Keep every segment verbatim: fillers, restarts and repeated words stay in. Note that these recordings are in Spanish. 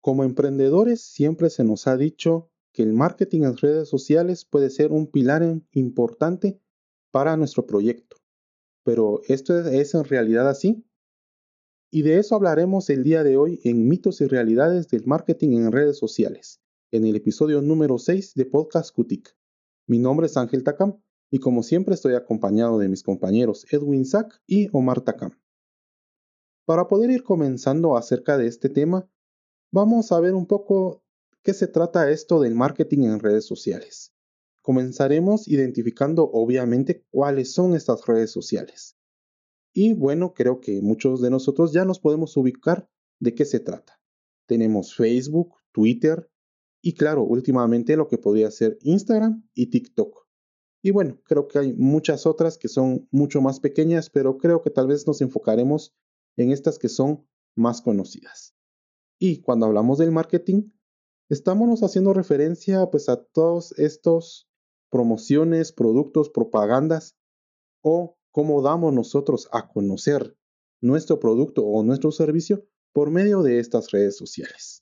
Como emprendedores siempre se nos ha dicho que el marketing en redes sociales puede ser un pilar en- importante para nuestro proyecto. Pero ¿esto es, es en realidad así? Y de eso hablaremos el día de hoy en Mitos y Realidades del Marketing en redes sociales, en el episodio número seis de Podcast Cutic. Mi nombre es Ángel Takam y como siempre estoy acompañado de mis compañeros Edwin Sack y Omar Takam. Para poder ir comenzando acerca de este tema, vamos a ver un poco qué se trata esto del marketing en redes sociales. Comenzaremos identificando obviamente cuáles son estas redes sociales. Y bueno, creo que muchos de nosotros ya nos podemos ubicar de qué se trata. Tenemos Facebook, Twitter y claro, últimamente lo que podría ser Instagram y TikTok. Y bueno, creo que hay muchas otras que son mucho más pequeñas, pero creo que tal vez nos enfocaremos en estas que son más conocidas. Y cuando hablamos del marketing, estamos haciendo referencia pues a todos estos promociones, productos, propagandas o cómo damos nosotros a conocer nuestro producto o nuestro servicio por medio de estas redes sociales.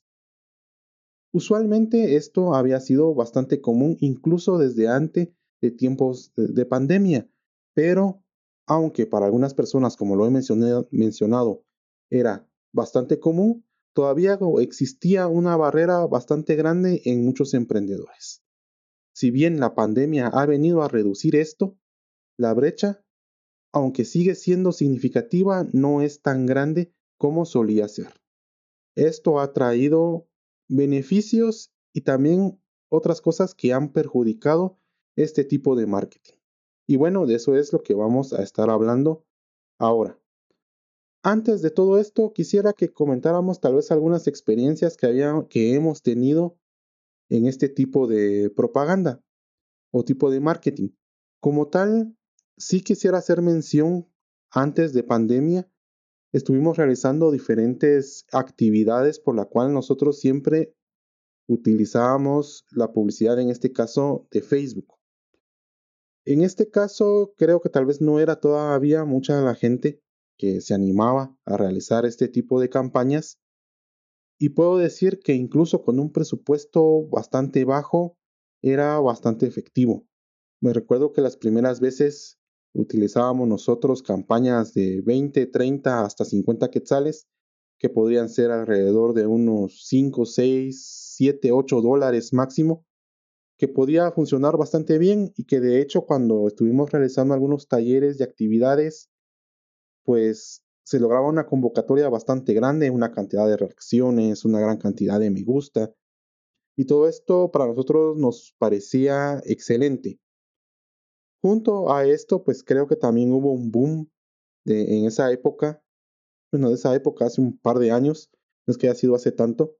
Usualmente esto había sido bastante común incluso desde antes de tiempos de, de pandemia, pero aunque para algunas personas, como lo he mencionado, mencionado, era bastante común, todavía existía una barrera bastante grande en muchos emprendedores. Si bien la pandemia ha venido a reducir esto, la brecha, aunque sigue siendo significativa, no es tan grande como solía ser. Esto ha traído beneficios y también otras cosas que han perjudicado este tipo de marketing. Y bueno, de eso es lo que vamos a estar hablando ahora. Antes de todo esto, quisiera que comentáramos tal vez algunas experiencias que, había, que hemos tenido en este tipo de propaganda o tipo de marketing. Como tal, sí quisiera hacer mención antes de pandemia estuvimos realizando diferentes actividades por la cual nosotros siempre utilizábamos la publicidad, en este caso de Facebook. En este caso, creo que tal vez no era todavía mucha la gente que se animaba a realizar este tipo de campañas. Y puedo decir que incluso con un presupuesto bastante bajo, era bastante efectivo. Me recuerdo que las primeras veces utilizábamos nosotros campañas de veinte, treinta hasta cincuenta quetzales, que podrían ser alrededor de unos cinco, seis, siete, ocho dólares máximo, que podía funcionar bastante bien y que de hecho cuando estuvimos realizando algunos talleres y actividades, pues se lograba una convocatoria bastante grande, una cantidad de reacciones, una gran cantidad de me gusta, y todo esto para nosotros nos parecía excelente. Junto a esto, pues creo que también hubo un boom de, en esa época, bueno, de esa época hace un par de años, no es que haya sido hace tanto,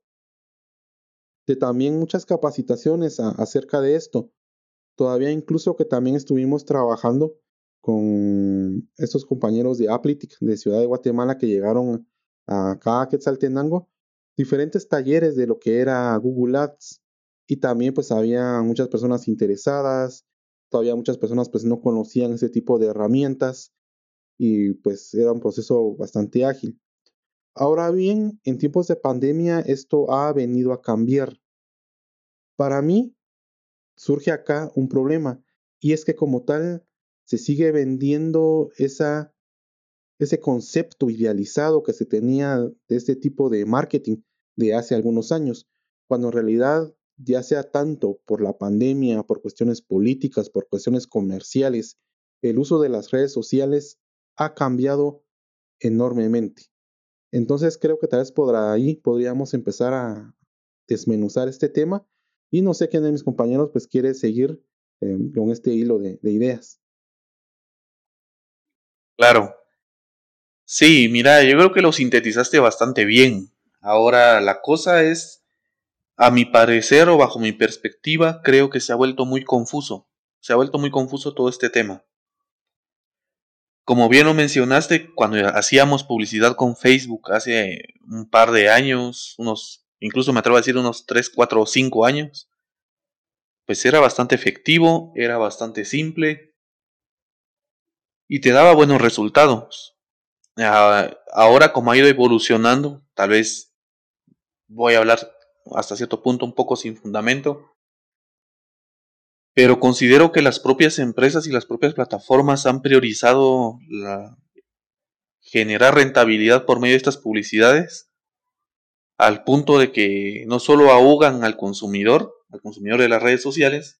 de también muchas capacitaciones a- acerca de esto. Todavía incluso que también estuvimos trabajando con estos compañeros de Aplitic de Ciudad de Guatemala que llegaron acá a Quetzaltenango, diferentes talleres de lo que era Google Ads y también pues había muchas personas interesadas, todavía muchas personas pues no conocían ese tipo de herramientas y pues era un proceso bastante ágil. Ahora bien, en tiempos de pandemia esto ha venido a cambiar. Para mí, surge acá un problema y es que como tal se sigue vendiendo esa, ese concepto idealizado que se tenía de este tipo de marketing de hace algunos años, cuando en realidad ya sea tanto por la pandemia, por cuestiones políticas, por cuestiones comerciales, el uso de las redes sociales ha cambiado enormemente. Entonces creo que tal vez por ahí podríamos empezar a desmenuzar este tema y no sé quién de mis compañeros pues quiere seguir eh, con este hilo de, de ideas. Claro, sí, mira, yo creo que lo sintetizaste bastante bien. Ahora la cosa es, a mi parecer o bajo mi perspectiva, creo que se ha vuelto muy confuso. Se ha vuelto muy confuso todo este tema. Como bien lo mencionaste, cuando hacíamos publicidad con Facebook hace un par de años, unos, incluso me atrevo a decir unos tres, cuatro o cinco años, pues era bastante efectivo, era bastante simple y te daba buenos resultados. Ah, ahora como ha ido evolucionando, tal vez voy a hablar hasta cierto punto un poco sin fundamento. Pero considero que las propias empresas y las propias plataformas han priorizado la generar rentabilidad por medio de estas publicidades, al punto de que no solo ahogan al consumidor, al consumidor de las redes sociales,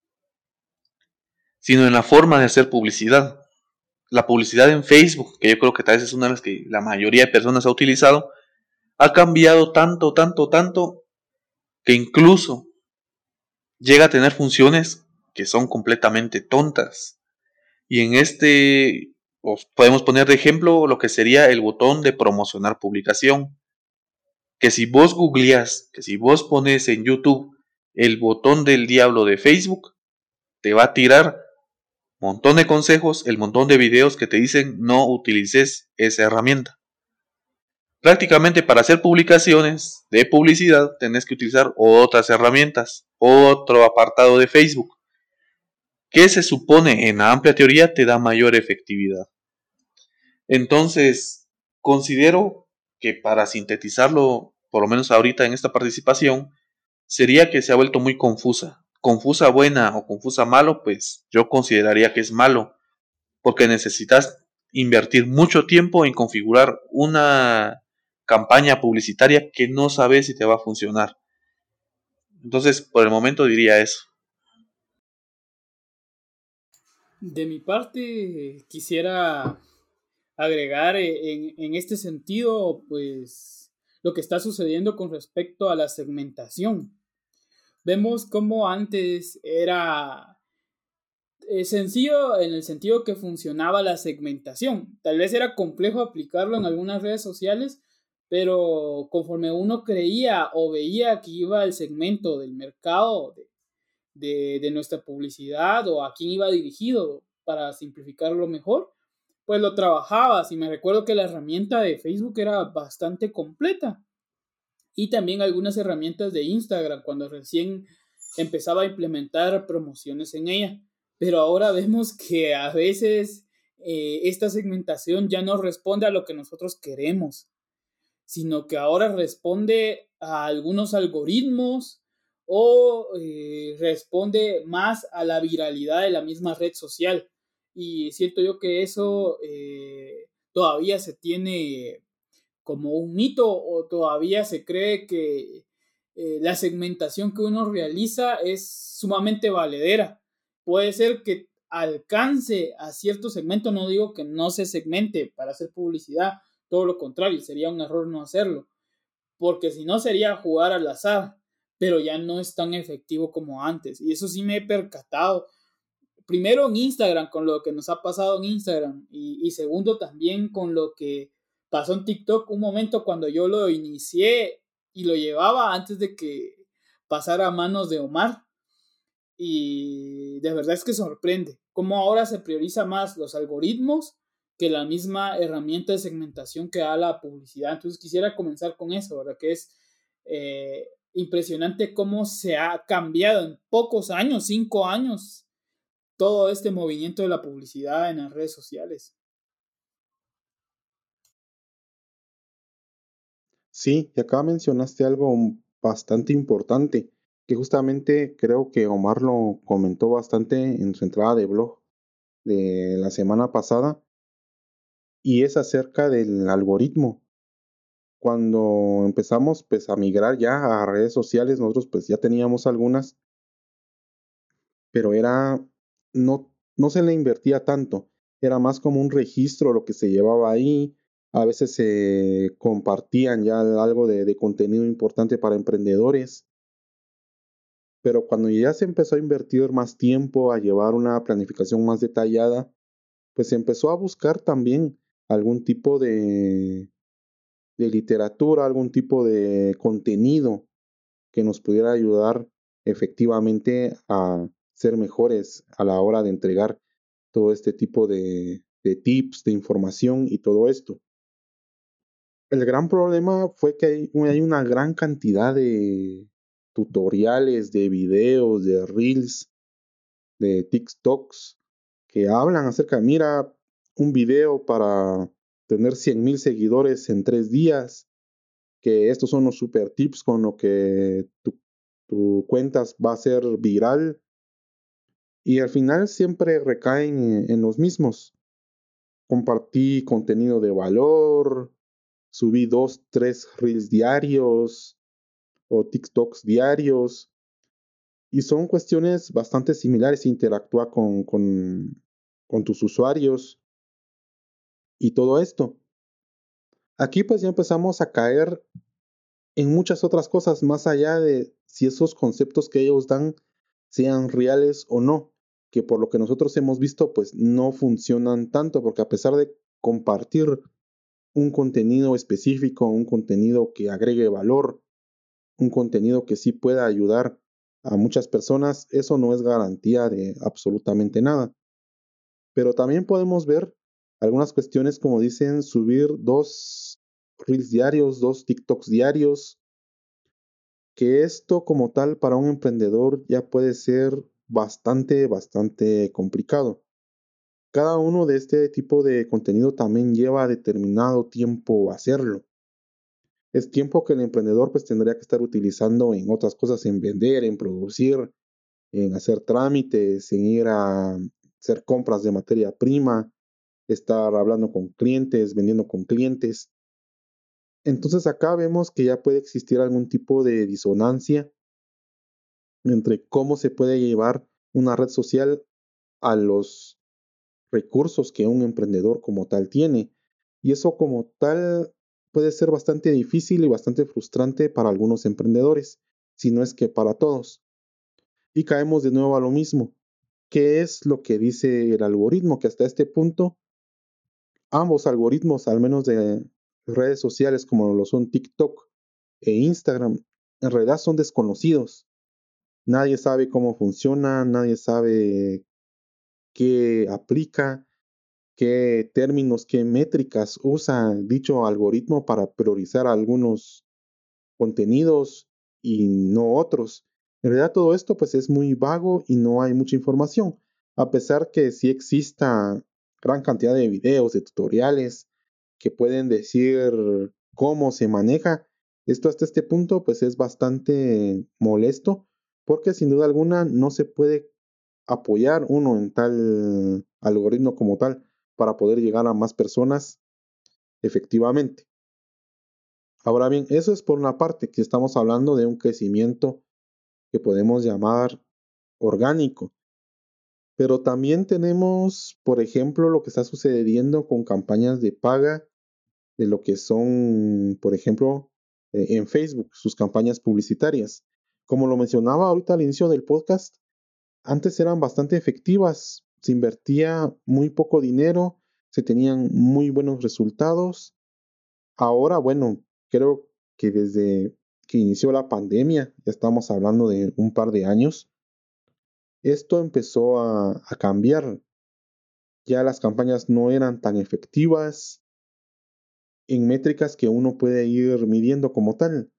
sino en la forma de hacer publicidad. La publicidad en Facebook, que yo creo que tal vez es una de las que la mayoría de personas ha utilizado, ha cambiado tanto, tanto, tanto, que incluso llega a tener funciones que son completamente tontas. Y en este os podemos poner de ejemplo lo que sería el botón de promocionar publicación. Que si vos googleás, que si vos pones en YouTube el botón del diablo de Facebook, te va a tirar un montón de consejos, el montón de videos que te dicen no utilices esa herramienta. Prácticamente para hacer publicaciones de publicidad tenés que utilizar otras herramientas, otro apartado de Facebook, que se supone en la amplia teoría te da mayor efectividad. Entonces, considero que para sintetizarlo, por lo menos ahorita en esta participación, sería que se ha vuelto muy confusa. Confusa buena o confusa malo, pues yo consideraría que es malo, porque necesitas invertir mucho tiempo en configurar una campaña publicitaria que no sabes si te va a funcionar. Entonces, por el momento diría eso. De mi parte, quisiera agregar eh, en, en este sentido, pues, lo que está sucediendo con respecto a la segmentación. Vemos cómo antes era eh, sencillo en el sentido que funcionaba la segmentación. Tal vez era complejo aplicarlo en algunas redes sociales, pero conforme uno creía o veía que iba el segmento del mercado de, de, de nuestra publicidad o a quién iba dirigido, para simplificarlo mejor, pues lo trabajabas. Y me recuerdo que la herramienta de Facebook era bastante completa. Y también algunas herramientas de Instagram cuando recién empezaba a implementar promociones en ella. Pero ahora vemos que a veces eh, esta segmentación ya no responde a lo que nosotros queremos, sino que ahora responde a algunos algoritmos o eh, responde más a la viralidad de la misma red social. Y siento yo que eso eh, todavía se tiene como un mito, o todavía se cree que eh, la segmentación que uno realiza es sumamente valedera. Puede ser que alcance a cierto segmento, no digo que no se segmente para hacer publicidad, todo lo contrario, sería un error no hacerlo, porque si no sería jugar al azar, pero ya no es tan efectivo como antes. Y eso sí me he percatado. Primero en Instagram, con lo que nos ha pasado en Instagram, y, y segundo también con lo que pasó en TikTok, un momento cuando yo lo inicié y lo llevaba antes de que pasara a manos de Omar. Y de verdad es que sorprende cómo ahora se prioriza más los algoritmos que la misma herramienta de segmentación que da la publicidad. Entonces quisiera comenzar con eso, ¿verdad? Que es eh, impresionante cómo se ha cambiado en pocos años, cinco años, todo este movimiento de la publicidad en las redes sociales. Sí, y acá mencionaste algo bastante importante, que justamente creo que Omar lo comentó bastante en su entrada de blog de la semana pasada, y es acerca del algoritmo. Cuando empezamos pues a migrar ya a redes sociales, nosotros pues ya teníamos algunas, pero era, no, no se le invertía tanto, era más como un registro lo que se llevaba ahí, a veces se compartían ya algo de, de contenido importante para emprendedores, pero cuando ya se empezó a invertir más tiempo, a llevar una planificación más detallada, pues se empezó a buscar también algún tipo de, de literatura, algún tipo de contenido que nos pudiera ayudar efectivamente a ser mejores a la hora de entregar todo este tipo de, de tips, de información y todo esto. El gran problema fue que hay, hay una gran cantidad de tutoriales, de videos, de reels, de TikToks que hablan acerca, de, mira, un video para tener cien mil seguidores en tres días, que estos son los super tips con lo que tu, tu cuenta va a ser viral, y al final siempre recaen en, en los mismos. Compartí contenido de valor, subí dos, tres reels diarios o TikToks diarios, y son cuestiones bastante similares. Interactúa con, con, con tus usuarios y todo esto. Aquí pues ya empezamos a caer en muchas otras cosas más allá de si esos conceptos que ellos dan sean reales o no, que por lo que nosotros hemos visto pues no funcionan tanto, porque a pesar de compartir un contenido específico, un contenido que agregue valor, un contenido que sí pueda ayudar a muchas personas, eso no es garantía de absolutamente nada. Pero también podemos ver algunas cuestiones como dicen subir dos reels diarios, dos TikToks diarios, que esto como tal para un emprendedor ya puede ser bastante, bastante complicado. Cada uno de este tipo de contenido también lleva determinado tiempo hacerlo. Es tiempo que el emprendedor pues tendría que estar utilizando en otras cosas, en vender, en producir, en hacer trámites, en ir a hacer compras de materia prima, estar hablando con clientes, vendiendo con clientes. Entonces acá vemos que ya puede existir algún tipo de disonancia entre cómo se puede llevar una red social a los recursos que un emprendedor como tal tiene. Y eso como tal puede ser bastante difícil y bastante frustrante para algunos emprendedores, si no es que para todos. Y caemos de nuevo a lo mismo. ¿Qué es lo que dice el algoritmo? Que hasta este punto ambos algoritmos, al menos de redes sociales como lo son TikTok e Instagram, en realidad son desconocidos. Nadie sabe cómo funciona, nadie sabe qué aplica, qué términos, qué métricas usa dicho algoritmo para priorizar algunos contenidos y no otros. En realidad todo esto pues es muy vago y no hay mucha información, a pesar que sí exista gran cantidad de videos, de tutoriales que pueden decir cómo se maneja. Esto hasta este punto pues es bastante molesto, porque sin duda alguna no se puede apoyar uno en tal algoritmo como tal para poder llegar a más personas efectivamente. Ahora bien, eso es por una parte, que estamos hablando de un crecimiento que podemos llamar orgánico. Pero también tenemos, por ejemplo, lo que está sucediendo con campañas de paga de lo que son, por ejemplo, eh, en Facebook, sus campañas publicitarias. Como lo mencionaba ahorita al inicio del podcast, antes eran bastante efectivas, se invertía muy poco dinero, se tenían muy buenos resultados. Ahora, bueno, creo que desde que inició la pandemia, ya estamos hablando de un par de años, esto empezó a, a cambiar. Ya las campañas no eran tan efectivas en métricas que uno puede ir midiendo como tal.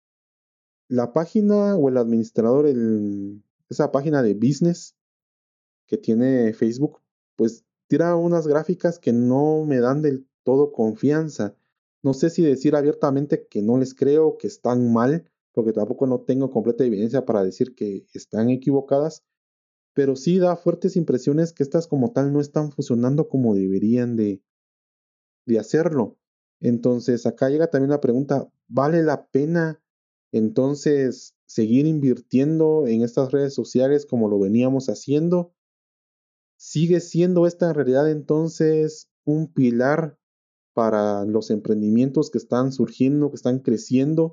La página o el administrador, el, esa página de business que tiene Facebook, pues tira unas gráficas que no me dan del todo confianza. No sé si decir abiertamente que no les creo, que están mal, porque tampoco no tengo completa evidencia para decir que están equivocadas, pero sí da fuertes impresiones que estas como tal no están funcionando como deberían de, de hacerlo. Entonces acá llega también la pregunta, ¿vale la pena entonces seguir invirtiendo en estas redes sociales como lo veníamos haciendo? ¿Sigue siendo esta en realidad entonces un pilar para los emprendimientos que están surgiendo, que están creciendo?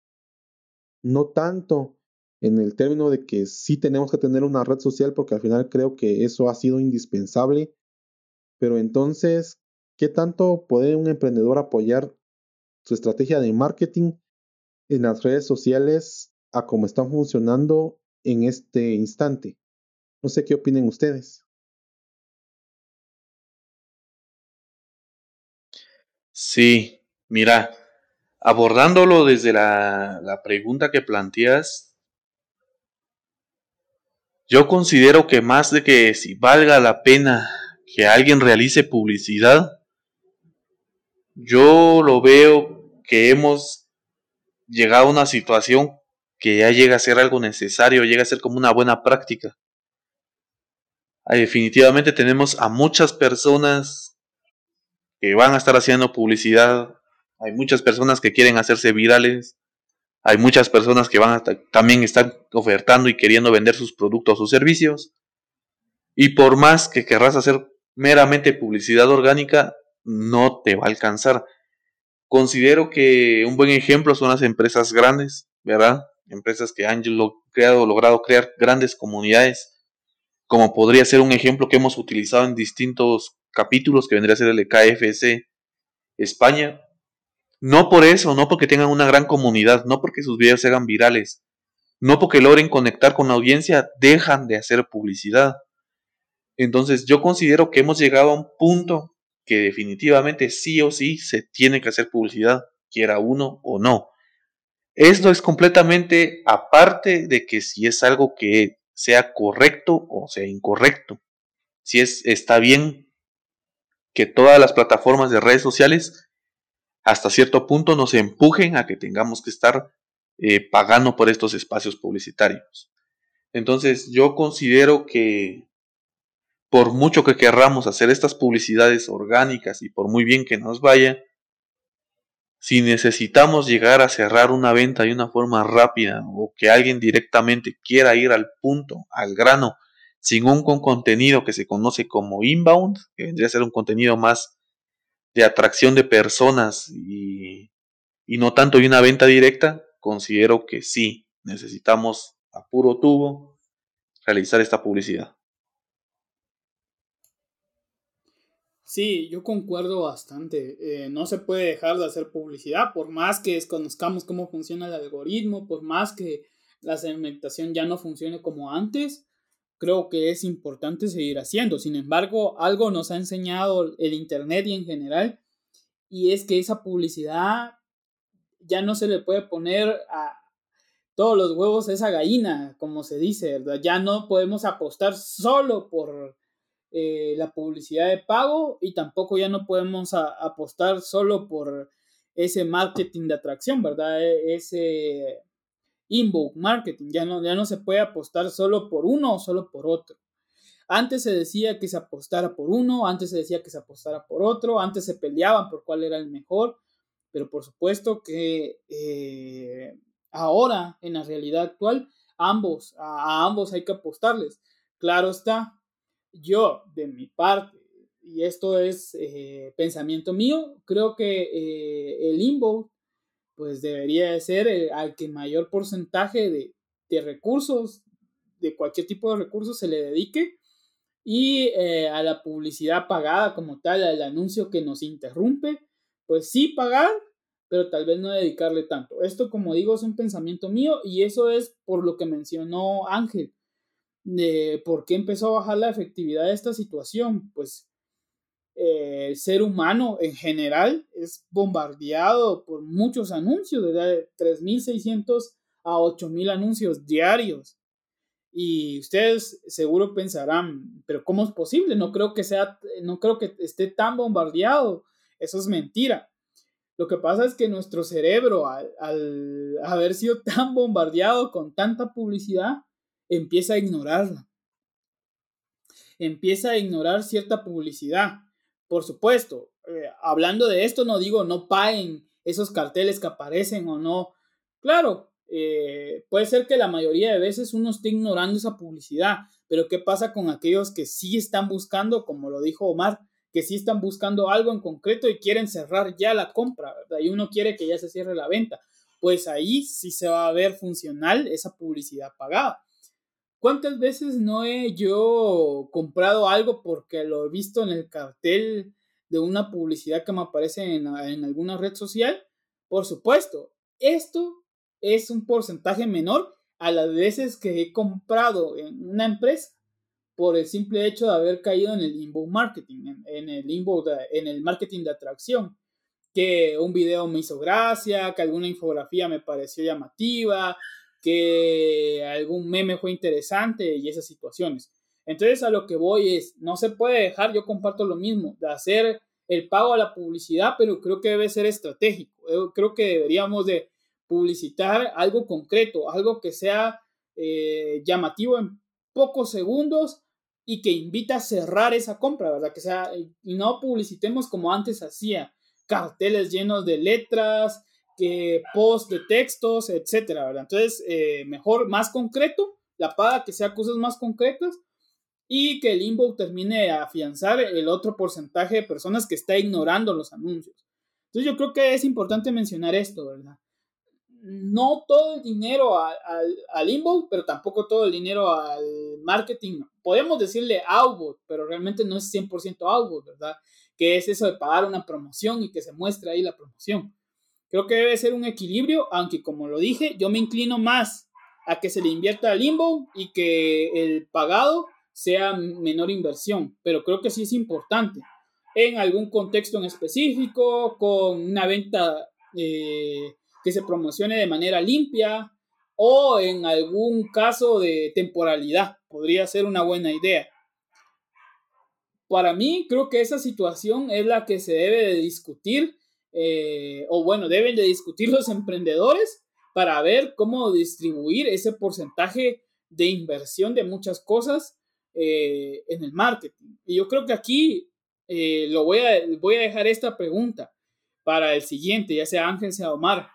No tanto en el término de que sí tenemos que tener una red social, porque al final creo que eso ha sido indispensable, pero entonces, ¿qué tanto puede un emprendedor apoyar su estrategia de marketing en las redes sociales a cómo están funcionando en este instante? No sé qué opinen ustedes. Sí, mira, abordándolo desde la, la pregunta que planteas, yo considero que más de que si valga la pena que alguien realice publicidad, yo lo veo que hemos llega a una situación que ya llega a ser algo necesario, llega a ser como una buena práctica. Ahí definitivamente tenemos a muchas personas que van a estar haciendo publicidad, hay muchas personas que quieren hacerse virales, hay muchas personas que van a ta- también están ofertando y queriendo vender sus productos o servicios, y por más que querrás hacer meramente publicidad orgánica, no te va a alcanzar. Considero que un buen ejemplo son las empresas grandes, ¿verdad? Empresas que han lo- creado, logrado crear grandes comunidades, como podría ser un ejemplo que hemos utilizado en distintos capítulos, que vendría a ser el de K F C España. No por eso, no porque tengan una gran comunidad, no porque sus videos se hagan virales, no porque logren conectar con la audiencia, dejan de hacer publicidad. Entonces yo considero que hemos llegado a un punto que definitivamente sí o sí se tiene que hacer publicidad, quiera uno o no. Esto es completamente aparte de que si es algo que sea correcto o sea incorrecto. Si es, está bien que todas las plataformas de redes sociales hasta cierto punto nos empujen a que tengamos que estar eh, pagando por estos espacios publicitarios. Entonces yo considero que por mucho que querramos hacer estas publicidades orgánicas y por muy bien que nos vaya, si necesitamos llegar a cerrar una venta de una forma rápida o que alguien directamente quiera ir al punto, al grano, sin un con contenido que se conoce como inbound, que vendría a ser un contenido más de atracción de personas y, y no tanto de una venta directa, considero que sí, necesitamos a puro tubo realizar esta publicidad. Sí, yo concuerdo bastante. Eh, no se puede dejar de hacer publicidad, por más que desconozcamos cómo funciona el algoritmo, por más que la segmentación ya no funcione como antes, creo que es importante seguir haciendo. Sin embargo, algo nos ha enseñado el Internet y en general, y es que esa publicidad ya no se le puede poner a todos los huevos a esa gallina, como se dice, ¿verdad? Ya no podemos apostar solo por eh, la publicidad de pago y tampoco ya no podemos a, apostar solo por ese marketing de atracción, ¿verdad? E, ese inbound marketing, ya no, ya no se puede apostar solo por uno o solo por otro. Antes se decía que se apostara por uno, antes se decía que se apostara por otro, antes se peleaban por cuál era el mejor, pero por supuesto que eh, ahora, en la realidad actual, ambos, a, a ambos hay que apostarles. Claro está, yo, de mi parte, y esto es eh, pensamiento mío, creo que eh, el inbound pues debería de ser eh, al que mayor porcentaje de, de recursos, de cualquier tipo de recursos se le dedique, y eh, a la publicidad pagada como tal, al anuncio que nos interrumpe, pues sí pagar, pero tal vez no dedicarle tanto. Esto, como digo, es un pensamiento mío y eso es por lo que mencionó Ángel, de por qué empezó a bajar la efectividad de esta situación. Pues eh, el ser humano en general es bombardeado por muchos anuncios, de tres mil seiscientos a ocho mil anuncios diarios. Y ustedes seguro pensarán, pero ¿cómo es posible? No creo que sea, no creo que esté tan bombardeado. Eso es mentira. Lo que pasa es que nuestro cerebro, al, al haber sido tan bombardeado con tanta publicidad, empieza a ignorarla. Empieza a ignorar cierta publicidad. Por supuesto, eh, hablando de esto, no digo no paguen esos carteles que aparecen o no. Claro, eh, puede ser que la mayoría de veces uno esté ignorando esa publicidad, pero ¿qué pasa con aquellos que sí están buscando, como lo dijo Omar, que sí están buscando algo en concreto y quieren cerrar ya la compra, ¿verdad? Y uno quiere que ya se cierre la venta? Pues ahí sí se va a ver funcional esa publicidad pagada. ¿Cuántas veces no he yo comprado algo porque lo he visto en el cartel de una publicidad que me aparece en, en alguna red social? Por supuesto, esto es un porcentaje menor a las veces que he comprado en una empresa por el simple hecho de haber caído en el inbound marketing, en, en el inbound, en el marketing de atracción, que un video me hizo gracia, que alguna infografía me pareció llamativa, que algún meme fue interesante y esas situaciones. Entonces a lo que voy es, no se puede dejar, yo comparto lo mismo, de hacer el pago a la publicidad, pero creo que debe ser estratégico. Yo creo que deberíamos de publicitar algo concreto, algo que sea eh, llamativo en pocos segundos y que invita a cerrar esa compra, ¿verdad? Que sea, y no publicitemos como antes hacía, carteles llenos de letras, que post de textos, etcétera, ¿verdad? Entonces, eh, mejor, más concreto, la paga que sea cosas más concretas y que el inbox termine de afianzar el otro porcentaje de personas que está ignorando los anuncios. Entonces, yo creo que es importante mencionar esto, ¿verdad? No todo el dinero al, al, al inbound, pero tampoco todo el dinero al marketing. Podemos decirle outbound, pero realmente no es cien por ciento outbound, ¿verdad? Que es eso de pagar una promoción y que se muestre ahí la promoción. Creo que debe ser un equilibrio, aunque como lo dije, yo me inclino más a que se le invierta al inbound y que el pagado sea menor inversión, pero creo que sí es importante en algún contexto en específico, con una venta eh, que se promocione de manera limpia o en algún caso de temporalidad. Podría ser una buena idea. Para mí, creo que esa situación es la que se debe de discutir, eh, o bueno, deben de discutir los emprendedores para ver cómo distribuir ese porcentaje de inversión de muchas cosas eh, en el marketing. Y yo creo que aquí eh, lo voy a, voy a dejar esta pregunta para el siguiente, ya sea Ángel, sea Omar.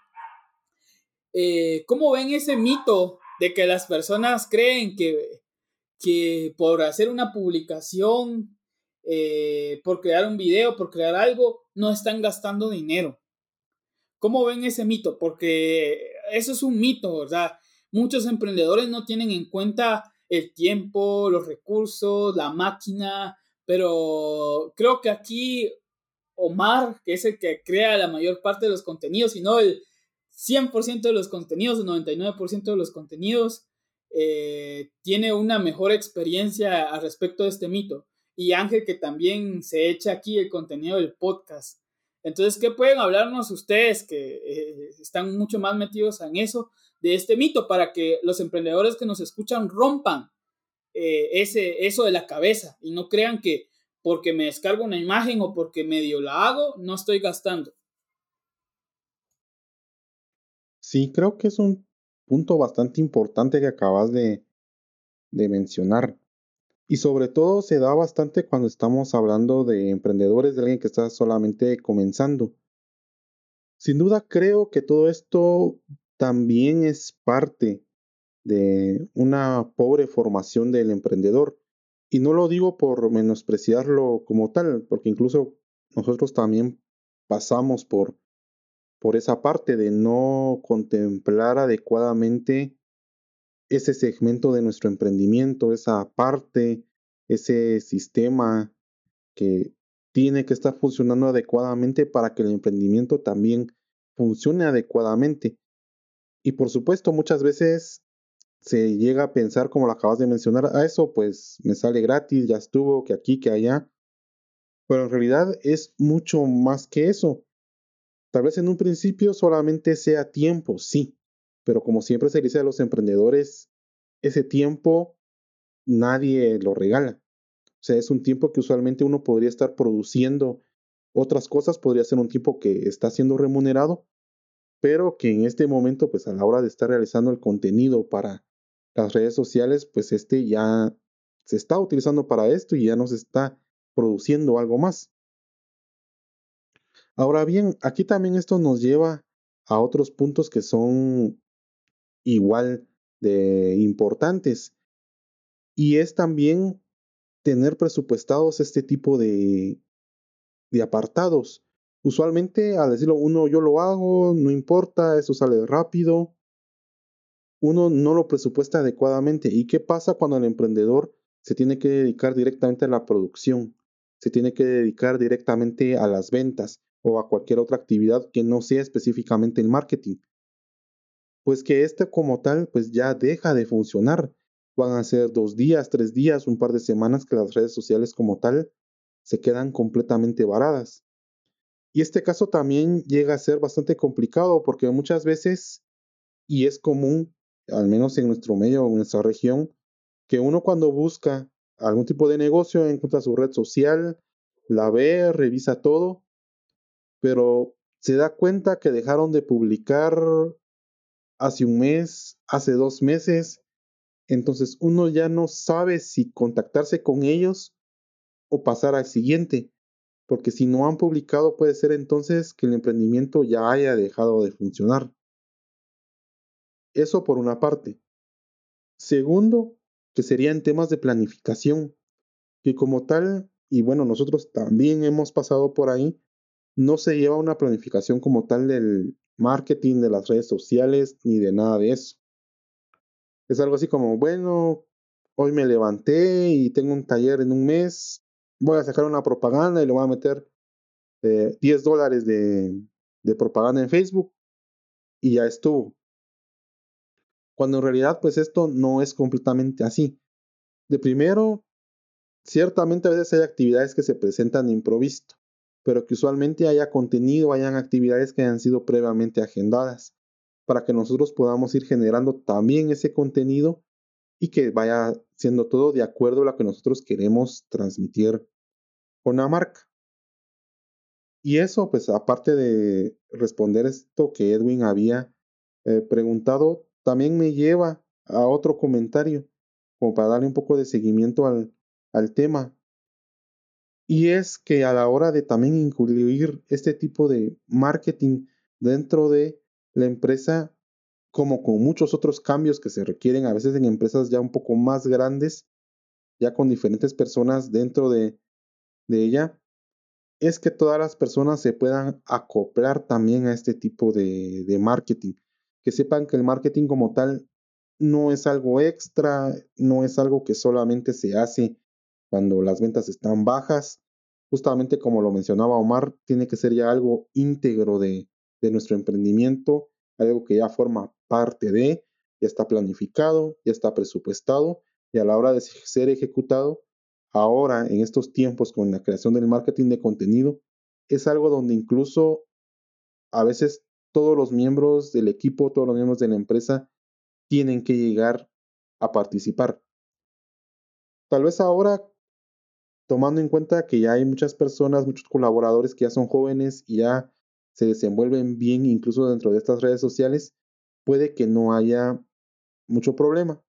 Eh, ¿Cómo ven ese mito de que las personas creen que, que por hacer una publicación, eh, por crear un video, por crear algo, no están gastando dinero? ¿Cómo ven ese mito? Porque eso es un mito, ¿verdad? Muchos emprendedores no tienen en cuenta el tiempo, los recursos, la máquina, pero creo que aquí Omar, que es el que crea la mayor parte de los contenidos, y no el cien por ciento de los contenidos, el noventa y nueve por ciento de los contenidos, eh, tiene una mejor experiencia al respecto de este mito. Y Ángel, que también se echa aquí el contenido del podcast. Entonces, ¿qué pueden hablarnos ustedes que eh, están mucho más metidos en eso, de este mito, para que los emprendedores que nos escuchan rompan eh, ese, eso de la cabeza y no crean que porque me descargo una imagen o porque medio la hago, no estoy gastando? Sí, creo que es un punto bastante importante que acabas de, de mencionar. Y sobre todo se da bastante cuando estamos hablando de emprendedores, de alguien que está solamente comenzando. Sin duda creo que todo esto también es parte de una pobre formación del emprendedor. Y no lo digo por menospreciarlo como tal, porque incluso nosotros también pasamos por, por esa parte de no contemplar adecuadamente ese segmento de nuestro emprendimiento, esa parte, ese sistema que tiene que estar funcionando adecuadamente para que el emprendimiento también funcione adecuadamente. Y por supuesto, muchas veces se llega a pensar, como lo acabas de mencionar, a eso pues me sale gratis, ya estuvo, que aquí, que allá. Pero en realidad es mucho más que eso. Tal vez en un principio solamente sea tiempo, sí, pero como siempre se dice a los emprendedores, ese tiempo nadie lo regala. O sea, es un tiempo que usualmente uno podría estar produciendo otras cosas, podría ser un tiempo que está siendo remunerado, pero que en este momento, pues a la hora de estar realizando el contenido para las redes sociales, pues este ya se está utilizando para esto y ya no se está produciendo algo más. Ahora bien, aquí también esto nos lleva a otros puntos que son igual de importantes y es también tener presupuestados este tipo de, de apartados. Usualmente, al decirlo uno, yo lo hago, no importa, eso sale rápido, uno no lo presupuesta adecuadamente. ¿Y qué pasa cuando el emprendedor se tiene que dedicar directamente a la producción? Se tiene que dedicar directamente a las ventas o a cualquier otra actividad que no sea específicamente el marketing. Pues que este como tal, pues ya deja de funcionar. Van a ser dos días, tres días, un par de semanas que las redes sociales como tal se quedan completamente varadas. Y este caso también llega a ser bastante complicado porque muchas veces, y es común, al menos en nuestro medio o en nuestra región, que uno cuando busca algún tipo de negocio encuentra su red social, la ve, revisa todo, pero se da cuenta que dejaron de publicar hace un mes, hace dos meses. Entonces uno ya no sabe si contactarse con ellos o pasar al siguiente, porque si no han publicado puede ser entonces que el emprendimiento ya haya dejado de funcionar. Eso por una parte. Segundo, que sería en temas de planificación, que como tal, y bueno, nosotros también hemos pasado por ahí, no se lleva una planificación como tal del marketing, de las redes sociales, ni de nada de eso. Es algo así como, bueno, hoy me levanté y tengo un taller en un mes, voy a sacar una propaganda y le voy a meter eh, diez dólares de, de propaganda en Facebook y ya estuvo. Cuando en realidad pues esto no es completamente así. De primero, ciertamente a veces hay actividades que se presentan de improviso, pero que usualmente haya contenido, hayan actividades que hayan sido previamente agendadas, para que nosotros podamos ir generando también ese contenido y que vaya siendo todo de acuerdo a lo que nosotros queremos transmitir con la marca. Y eso, pues aparte de responder esto que Edwin había eh, preguntado, también me lleva a otro comentario, como para darle un poco de seguimiento al, al tema. Y es que a la hora de también incluir este tipo de marketing dentro de la empresa, como con muchos otros cambios que se requieren a veces en empresas ya un poco más grandes, ya con diferentes personas dentro de, de ella, es que todas las personas se puedan acoplar también a este tipo de, de marketing. Que sepan que el marketing como tal no es algo extra, no es algo que solamente se hace cuando las ventas están bajas. Justamente como lo mencionaba Omar, tiene que ser ya algo íntegro de, de nuestro emprendimiento, algo que ya forma parte de, ya está planificado, ya está presupuestado y a la hora de ser ejecutado, ahora en estos tiempos con la creación del marketing de contenido, es algo donde incluso a veces todos los miembros del equipo, todos los miembros de la empresa tienen que llegar a participar. Tal vez ahora, tomando en cuenta que ya hay muchas personas, muchos colaboradores que ya son jóvenes y ya se desenvuelven bien incluso dentro de estas redes sociales, puede que no haya mucho problema.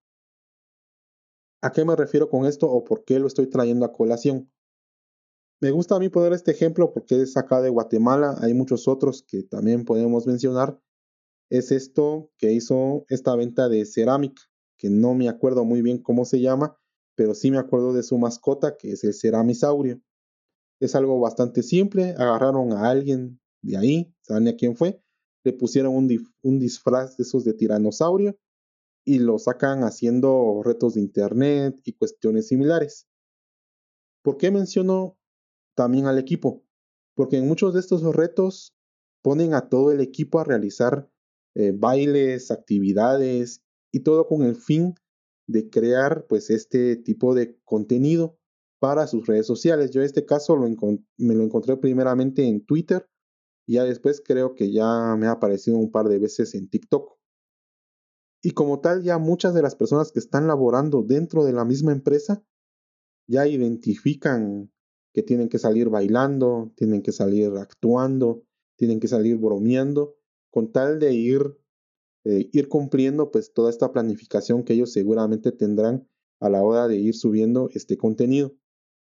¿A qué me refiero con esto o por qué lo estoy trayendo a colación? Me gusta a mí poner este ejemplo porque es acá de Guatemala, hay muchos otros que también podemos mencionar. Es esto que hizo esta venta de cerámica, que no me acuerdo muy bien cómo se llama, pero sí me acuerdo de su mascota, que es el ceramisaurio. Es algo bastante simple, agarraron a alguien de ahí, saben a quién fue, le pusieron un, dif- un disfraz de esos de tiranosaurio y lo sacan haciendo retos de internet y cuestiones similares. ¿Por qué menciono también al equipo? Porque en muchos de estos retos ponen a todo el equipo a realizar eh, bailes, actividades y todo con el fin de crear pues este tipo de contenido para sus redes sociales. Yo en este caso lo me lo encontré primeramente en Twitter y ya después creo que ya me ha aparecido un par de veces en TikTok. Y como tal, ya muchas de las personas que están laborando dentro de la misma empresa ya identifican que tienen que salir bailando, tienen que salir actuando, tienen que salir bromeando, con tal de ir, eh, ir cumpliendo pues toda esta planificación que ellos seguramente tendrán a la hora de ir subiendo este contenido.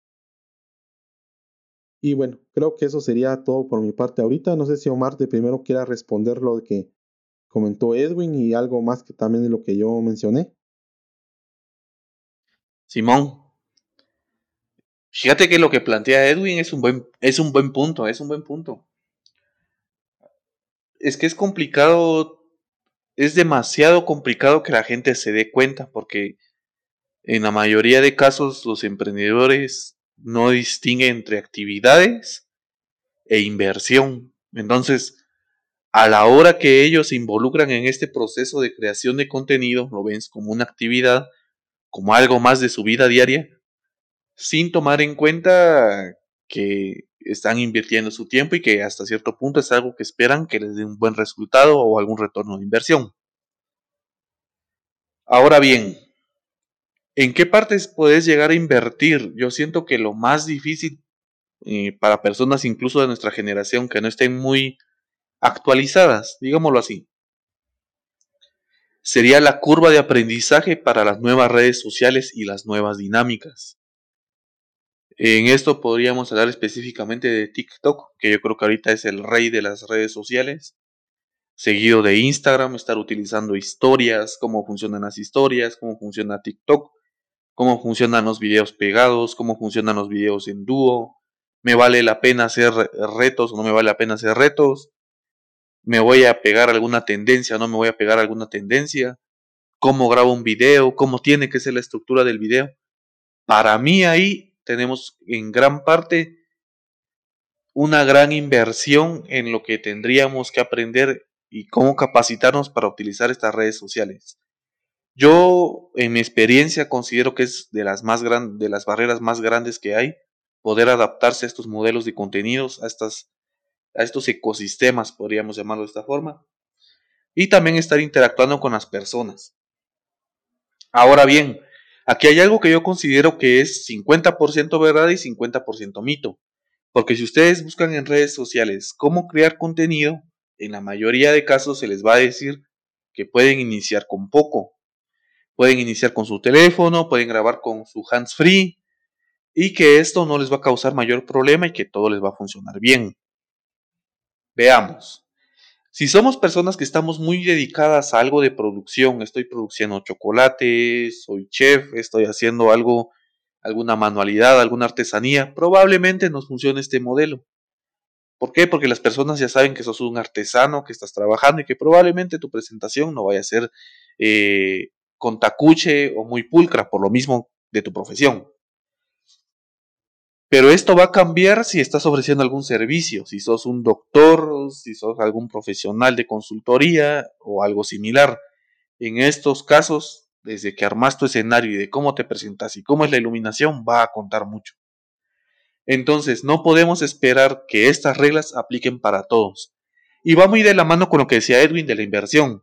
Y bueno, creo que eso sería todo por mi parte ahorita. No sé si Omar de primero quiera responder lo que comentó Edwin y algo más que también de lo que yo mencioné. Simón, fíjate que lo que plantea Edwin es un buen, es un buen punto, es un buen punto. Es que es complicado, es demasiado complicado que la gente se dé cuenta, porque en la mayoría de casos los emprendedores no distinguen entre actividades e inversión. Entonces, a la hora que ellos se involucran en este proceso de creación de contenido, lo ven como una actividad, como algo más de su vida diaria, sin tomar en cuenta que están invirtiendo su tiempo y que hasta cierto punto es algo que esperan que les dé un buen resultado o algún retorno de inversión. Ahora bien, ¿en qué partes puedes llegar a invertir? Yo siento que lo más difícil eh, para personas incluso de nuestra generación que no estén muy actualizadas, digámoslo así, sería la curva de aprendizaje para las nuevas redes sociales y las nuevas dinámicas. En esto podríamos hablar específicamente de TikTok, que yo creo que ahorita es el rey de las redes sociales, seguido de Instagram, estar utilizando historias, cómo funcionan las historias, cómo funciona TikTok, cómo funcionan los videos pegados, cómo funcionan los videos en dúo, me vale la pena hacer retos o no me vale la pena hacer retos, me voy a pegar alguna tendencia o no me voy a pegar alguna tendencia, cómo grabo un video, cómo tiene que ser la estructura del video. Para mí ahí tenemos en gran parte una gran inversión en lo que tendríamos que aprender y cómo capacitarnos para utilizar estas redes sociales. Yo, en mi experiencia, considero que es de las más gran, de las barreras más grandes que hay, poder adaptarse a estos modelos de contenidos, a estas, a estos ecosistemas, podríamos llamarlo de esta forma, y también estar interactuando con las personas. Ahora bien, aquí hay algo que yo considero que es cincuenta por ciento verdad y cincuenta por ciento mito. Porque si ustedes buscan en redes sociales cómo crear contenido, en la mayoría de casos se les va a decir que pueden iniciar con poco. Pueden iniciar con su teléfono, pueden grabar con su hands-free y que esto no les va a causar mayor problema y que todo les va a funcionar bien. Veamos. Si somos personas que estamos muy dedicadas a algo de producción, estoy produciendo chocolates, soy chef, estoy haciendo algo, alguna manualidad, alguna artesanía, probablemente nos funcione este modelo. ¿Por qué? Porque las personas ya saben que sos un artesano, que estás trabajando y que probablemente tu presentación no vaya a ser eh, con tacuche o muy pulcra, por lo mismo de tu profesión. Pero esto va a cambiar si estás ofreciendo algún servicio, si sos un doctor, si sos algún profesional de consultoría o algo similar. En estos casos, desde que armas tu escenario y de cómo te presentas y cómo es la iluminación, va a contar mucho. Entonces, no podemos esperar que estas reglas apliquen para todos. Y va muy de la mano con lo que decía Edwin de la inversión.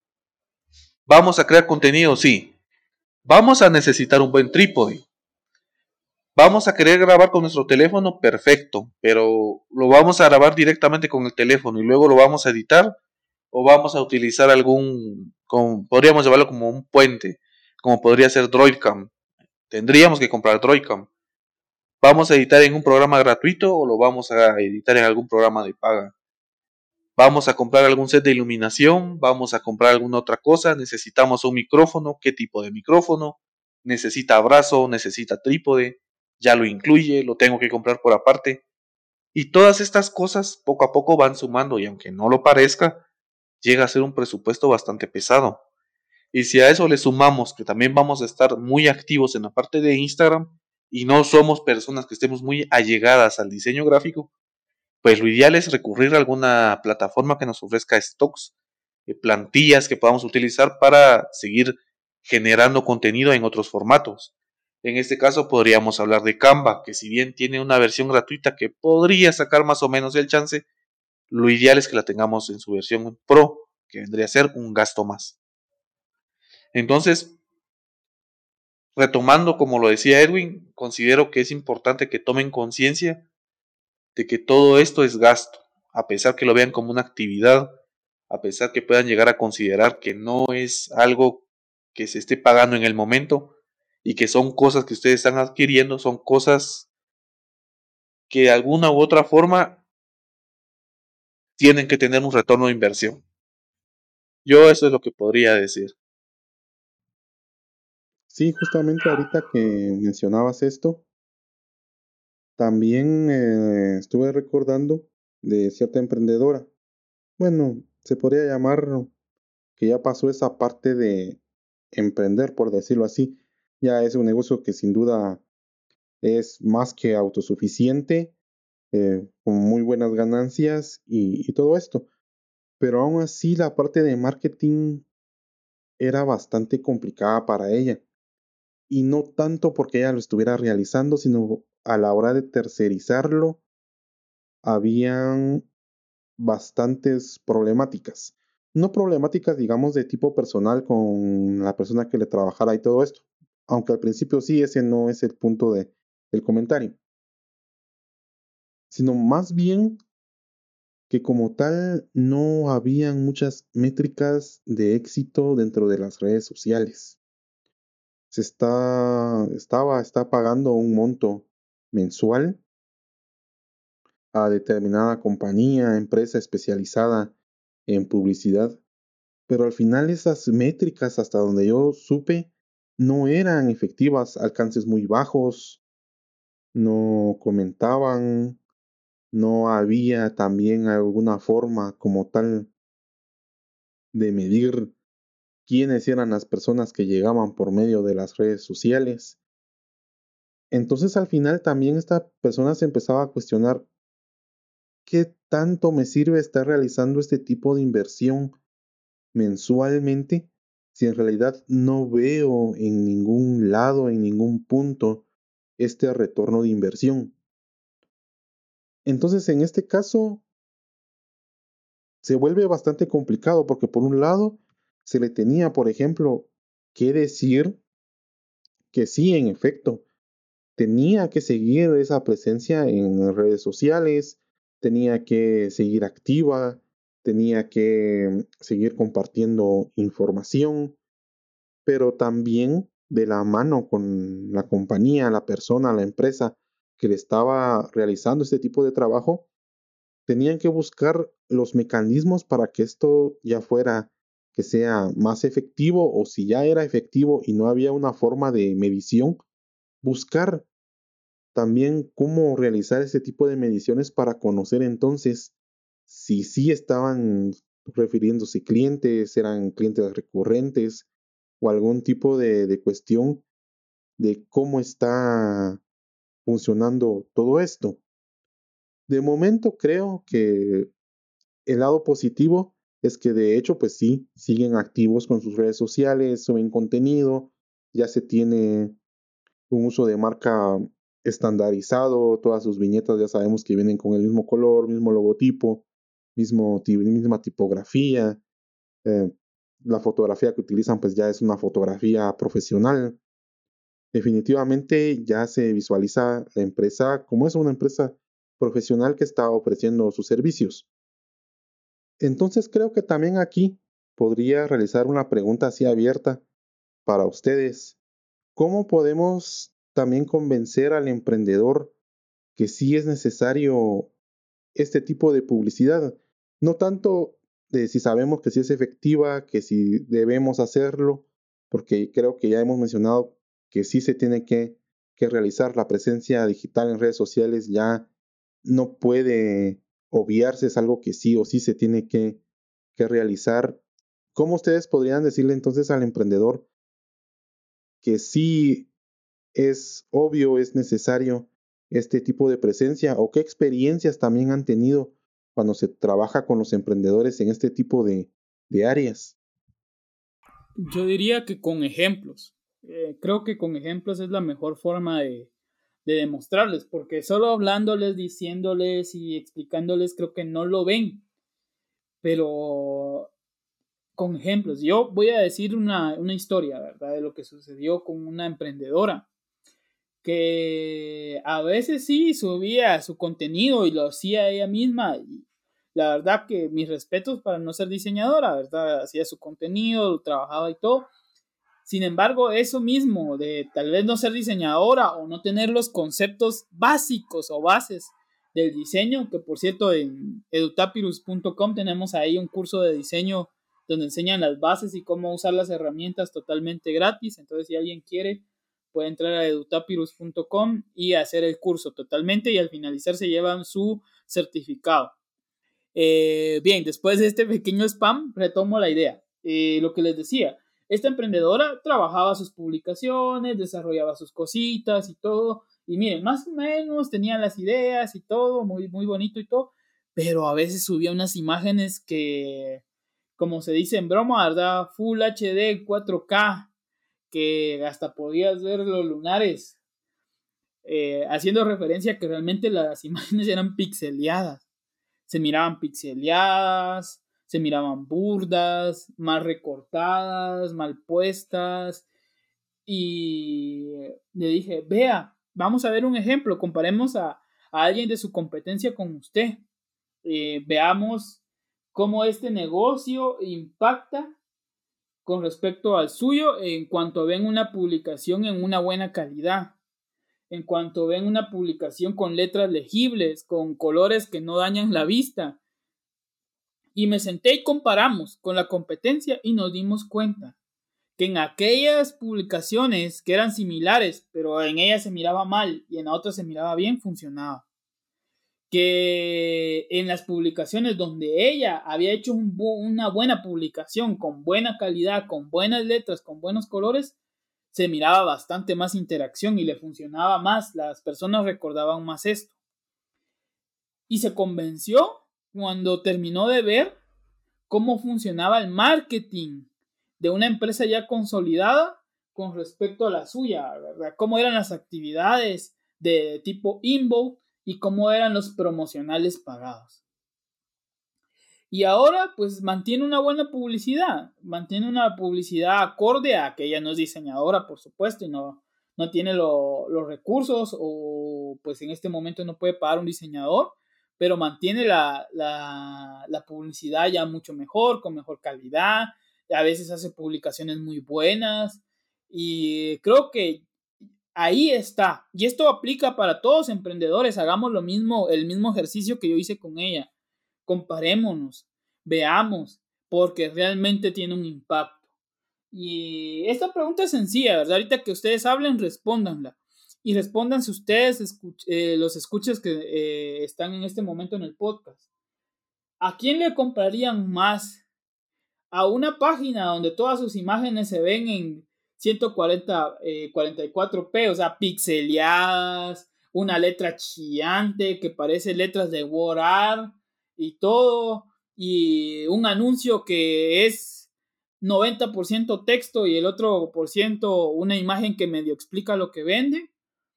¿Vamos a crear contenido? Sí. ¿Vamos a necesitar un buen trípode? ¿Vamos a querer grabar con nuestro teléfono? Perfecto, pero ¿lo vamos a grabar directamente con el teléfono y luego lo vamos a editar? ¿O vamos a utilizar algún, como, podríamos llamarlo como un puente, como podría ser Droidcam? Tendríamos que comprar Droidcam. ¿Vamos a editar en un programa gratuito o lo vamos a editar en algún programa de paga? ¿Vamos a comprar algún set de iluminación? ¿Vamos a comprar alguna otra cosa? ¿Necesitamos un micrófono? ¿Qué tipo de micrófono? ¿Necesita brazo? ¿Necesita trípode? ¿Ya lo incluye? ¿Lo tengo que comprar por aparte? Y todas estas cosas poco a poco van sumando y aunque no lo parezca, llega a ser un presupuesto bastante pesado. Y si a eso le sumamos que también vamos a estar muy activos en la parte de Instagram y no somos personas que estemos muy allegadas al diseño gráfico, pues lo ideal es recurrir a alguna plataforma que nos ofrezca stocks, eh, plantillas que podamos utilizar para seguir generando contenido en otros formatos. En este caso podríamos hablar de Canva, que si bien tiene una versión gratuita que podría sacar más o menos el chance, lo ideal es que la tengamos en su versión Pro, que vendría a ser un gasto más. Entonces, retomando como lo decía Edwin, considero que es importante que tomen conciencia de que todo esto es gasto, a pesar que lo vean como una actividad, a pesar que puedan llegar a considerar que no es algo que se esté pagando en el momento y que son cosas que ustedes están adquiriendo, son cosas que de alguna u otra forma tienen que tener un retorno de inversión. Yo eso es lo que podría decir. Sí, justamente ahorita que mencionabas esto, también eh, estuve recordando de cierta emprendedora. Bueno, se podría llamar que ya pasó esa parte de emprender, por decirlo así. Ya es un negocio que sin duda es más que autosuficiente, eh, con muy buenas ganancias y, y todo esto. Pero aún así la parte de marketing era bastante complicada para ella. Y no tanto porque ella lo estuviera realizando, sino a la hora de tercerizarlo, habían bastantes problemáticas. No problemáticas, digamos, de tipo personal con la persona que le trabajara y todo esto. Aunque al principio sí, ese no es el punto de, del comentario. Sino más bien que como tal no habían muchas métricas de éxito dentro de las redes sociales. Se está, estaba, está pagando un monto mensual a determinada compañía, empresa especializada en publicidad, pero al final esas métricas, hasta donde yo supe, no eran efectivas, alcances muy bajos, no comentaban, no había también alguna forma como tal de medir quiénes eran las personas que llegaban por medio de las redes sociales. Entonces al final también esta persona se empezaba a cuestionar qué tanto me sirve estar realizando este tipo de inversión mensualmente si en realidad no veo en ningún lado, en ningún punto, este retorno de inversión. Entonces en este caso se vuelve bastante complicado porque por un lado se le tenía, por ejemplo, que decir que sí, en efecto, tenía que seguir esa presencia en redes sociales, tenía que seguir activa, tenía que seguir compartiendo información, pero también de la mano con la compañía, la persona, la empresa que le estaba realizando este tipo de trabajo, tenían que buscar los mecanismos para que esto ya fuera, que sea más efectivo, o si ya era efectivo y no había una forma de medición, buscar también cómo realizar ese tipo de mediciones para conocer entonces si sí estaban refiriéndose clientes, eran clientes recurrentes o algún tipo de, de cuestión de cómo está funcionando todo esto. De momento creo que el lado positivo es que de hecho pues sí, siguen activos con sus redes sociales, suben contenido, ya se tiene un uso de marca estandarizado, todas sus viñetas ya sabemos que vienen con el mismo color, mismo logotipo, mismo, misma tipografía, eh, la fotografía que utilizan pues ya es una fotografía profesional. Definitivamente ya se visualiza la empresa como es una empresa profesional que está ofreciendo sus servicios. Entonces creo que también aquí podría realizar una pregunta así abierta para ustedes. ¿Cómo podemos también convencer al emprendedor que sí es necesario este tipo de publicidad? No tanto de si sabemos que sí es efectiva, que si debemos hacerlo, porque creo que ya hemos mencionado que sí se tiene que, que realizar la presencia digital en redes sociales, ya no puede obviarse, es algo que sí o sí se tiene que, que realizar. ¿Cómo ustedes podrían decirle entonces al emprendedor que sí es obvio, es necesario este tipo de presencia, o qué experiencias también han tenido cuando se trabaja con los emprendedores en este tipo de, de áreas? Yo diría que con ejemplos. Eh, creo que con ejemplos es la mejor forma de, de demostrarles, porque solo hablándoles, diciéndoles y explicándoles creo que no lo ven, pero con ejemplos. Yo voy a decir una, una historia, ¿verdad? De lo que sucedió con una emprendedora que a veces sí subía su contenido y lo hacía ella misma. Y la verdad que mis respetos para no ser diseñadora, ¿verdad? Hacía su contenido, trabajaba y todo. Sin embargo, eso mismo de tal vez no ser diseñadora o no tener los conceptos básicos o bases del diseño, que por cierto en edutapirus punto com tenemos ahí un curso de diseño donde enseñan las bases y cómo usar las herramientas totalmente gratis. Entonces, si alguien quiere, puede entrar a edutapirus punto com y hacer el curso totalmente y al finalizar se llevan su certificado. Eh, bien, después de este pequeño spam, retomo la idea. Eh, lo que les decía, esta emprendedora trabajaba sus publicaciones, desarrollaba sus cositas y todo. Y miren, más o menos tenía las ideas y todo, muy, muy bonito y todo. Pero a veces subía unas imágenes que, como se dice en broma, ¿verdad? Full H D, cuatro K, que hasta podías ver los lunares. Eh, haciendo referencia a que realmente las imágenes eran pixeleadas. Se miraban pixeleadas, se miraban burdas, mal recortadas, mal puestas. Y le dije, vea, vamos a ver un ejemplo, comparemos a, a alguien de su competencia con usted. eh, veamos cómo este negocio impacta con respecto al suyo en cuanto ven una publicación en una buena calidad, en cuanto ven una publicación con letras legibles, con colores que no dañan la vista. Y me senté y comparamos con la competencia y nos dimos cuenta que en aquellas publicaciones que eran similares, pero en ellas se miraba mal y en la otra se miraba bien, funcionaba. Que en las publicaciones donde ella había hecho un bu- una buena publicación con buena calidad, con buenas letras, con buenos colores, se miraba bastante más interacción y le funcionaba más, las personas recordaban más esto. Y se convenció cuando terminó de ver cómo funcionaba el marketing de una empresa ya consolidada con respecto a la suya, ¿verdad? Cómo eran las actividades de tipo inbound y cómo eran los promocionales pagados. Y ahora pues mantiene una buena publicidad, mantiene una publicidad acorde a que ella no es diseñadora, por supuesto, y no, no tiene lo, los recursos o pues en este momento no puede pagar un diseñador, pero mantiene la, la, la publicidad ya mucho mejor, con mejor calidad, a veces hace publicaciones muy buenas y creo que ahí está. Y esto aplica para todos los emprendedores. Hagamos lo mismo, el mismo ejercicio que yo hice con ella. Comparémonos, veamos, porque realmente tiene un impacto. Y esta pregunta es sencilla, ¿verdad? Ahorita que ustedes hablen, respóndanla. Y respóndanse ustedes, escuch eh, los escuchas que eh, están en este momento en el podcast. ¿A quién le comprarían más? ¿A una página donde todas sus imágenes se ven en ciento cuarenta, eh, cuarenta y cuatro p, o sea, pixeleadas, una letra chillante que parece letras de Word Art y todo, y un anuncio que es noventa por ciento texto y el otro por ciento una imagen que medio explica lo que vende?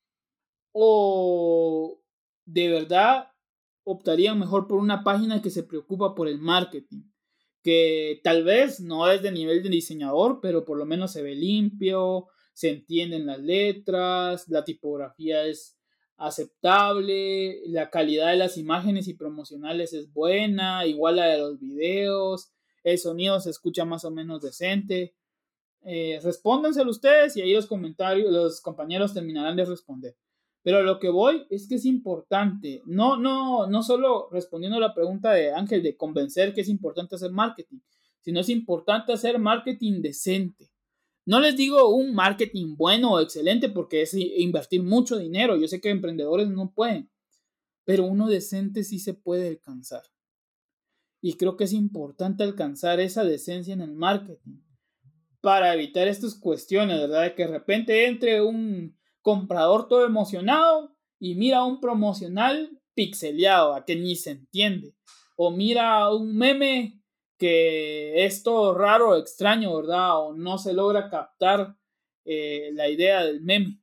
¿O de verdad optarían mejor por una página que se preocupa por el marketing? Que tal vez no es de nivel de diseñador, pero por lo menos se ve limpio, se entienden las letras, la tipografía es aceptable, la calidad de las imágenes y promocionales es buena, igual la de los videos, el sonido se escucha más o menos decente. Eh, respóndanselo ustedes y ahí los comentarios, los compañeros terminarán de responder. Pero lo que voy es que es importante, no, no, no solo respondiendo a la pregunta de Ángel de convencer que es importante hacer marketing, sino es importante hacer marketing decente. No les digo un marketing bueno o excelente porque es invertir mucho dinero. Yo sé que emprendedores no pueden, pero uno decente sí se puede alcanzar. Y creo que es importante alcanzar esa decencia en el marketing para evitar estas cuestiones, ¿verdad? De que de repente entre un comprador todo emocionado y mira un promocional pixeleado, a que ni se entiende. O mira un meme que es todo raro, extraño, ¿verdad? O no se logra captar eh, la idea del meme.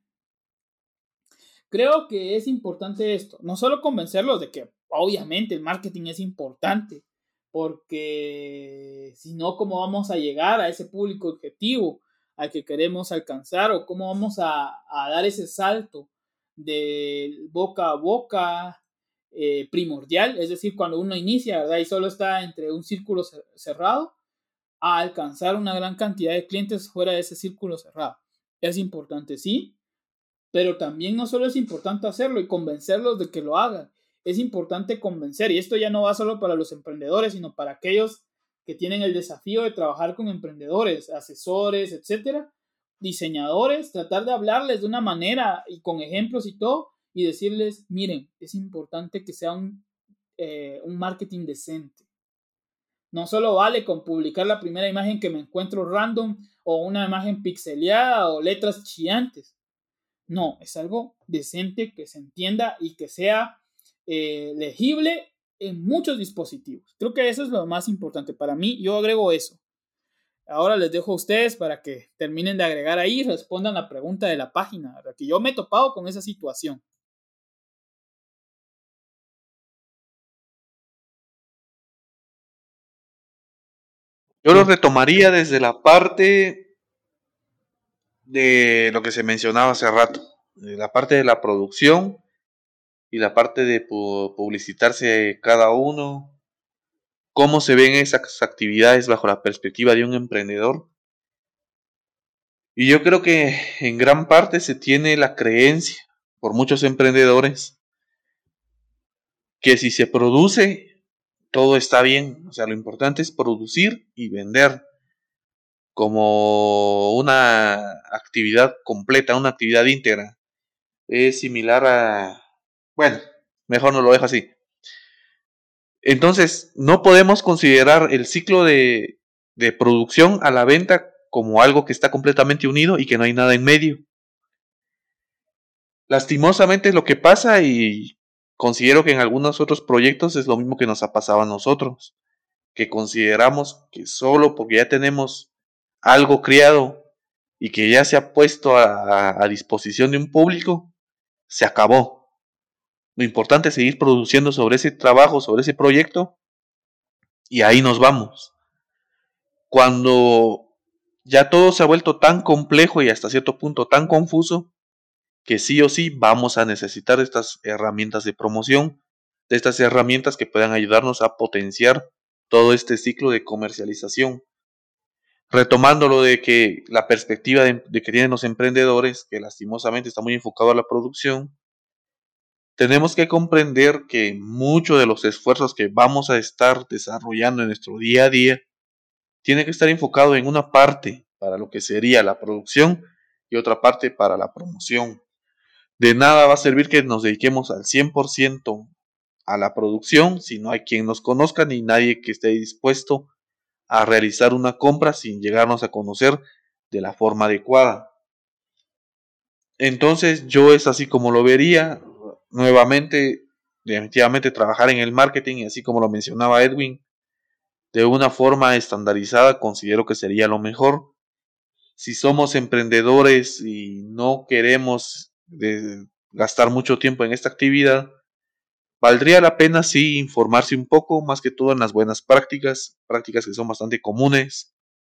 Creo que es importante esto, no solo convencerlos de que obviamente el marketing es importante, porque si no, ¿cómo vamos a llegar a ese público objetivo al que queremos alcanzar? ¿O cómo vamos a, a dar ese salto de boca a boca eh, primordial? Es decir, cuando uno inicia, ¿verdad? Y solo está entre un círculo cerrado, a alcanzar una gran cantidad de clientes fuera de ese círculo cerrado. Es importante, sí, pero también no solo es importante hacerlo y convencerlos de que lo hagan, es importante convencer, y esto ya no va solo para los emprendedores, sino para aquellos que tienen el desafío de trabajar con emprendedores, asesores, etcétera, diseñadores, tratar de hablarles de una manera y con ejemplos y todo, y decirles, miren, es importante que sea un, eh, un marketing decente. No solo vale con publicar la primera imagen que me encuentro random o una imagen pixeleada o letras chillantes. No, es algo decente, que se entienda y que sea eh, legible en muchos dispositivos. Creo que eso es lo más importante. Para mí, yo agrego eso. Ahora les dejo a ustedes para que terminen de agregar ahí y respondan la pregunta de la página, ¿verdad? Que yo me he topado con esa situación. Yo lo retomaría desde la parte de lo que se mencionaba hace rato, de la parte de la producción y la parte de pu- publicitarse cada uno, cómo se ven esas actividades bajo la perspectiva de un emprendedor. Y yo creo que en gran parte se tiene la creencia por muchos emprendedores que si se produce, todo está bien. O sea, lo importante es producir y vender como una actividad completa, una actividad íntegra. Es similar a... Bueno, mejor no lo dejo así. Entonces, no podemos considerar el ciclo de, de producción a la venta como algo que está completamente unido y que no hay nada en medio. Lastimosamente lo que pasa, y considero que en algunos otros proyectos es lo mismo que nos ha pasado a nosotros, que consideramos que solo porque ya tenemos algo creado y que ya se ha puesto a, a disposición de un público, se acabó. Lo importante es seguir produciendo sobre ese trabajo, sobre ese proyecto, y ahí nos vamos. Cuando ya todo se ha vuelto tan complejo y hasta cierto punto tan confuso, que sí o sí vamos a necesitar estas herramientas de promoción, de estas herramientas que puedan ayudarnos a potenciar todo este ciclo de comercialización. Retomando lo de que la perspectiva de, de que tienen los emprendedores, que lastimosamente está muy enfocado a la producción, tenemos que comprender que muchos de los esfuerzos que vamos a estar desarrollando en nuestro día a día tiene que estar enfocado en una parte para lo que sería la producción y otra parte para la promoción. De nada va a servir que nos dediquemos al cien por ciento a la producción si no hay quien nos conozca ni nadie que esté dispuesto a realizar una compra sin llegarnos a conocer de la forma adecuada. Entonces yo es así como lo vería. Nuevamente, definitivamente trabajar en el marketing, y así como lo mencionaba Edwin, de una forma estandarizada considero que sería lo mejor. Si somos emprendedores y no queremos de gastar mucho tiempo en esta actividad, valdría la pena sí informarse un poco, más que todo en las buenas prácticas, prácticas que son bastante comunes,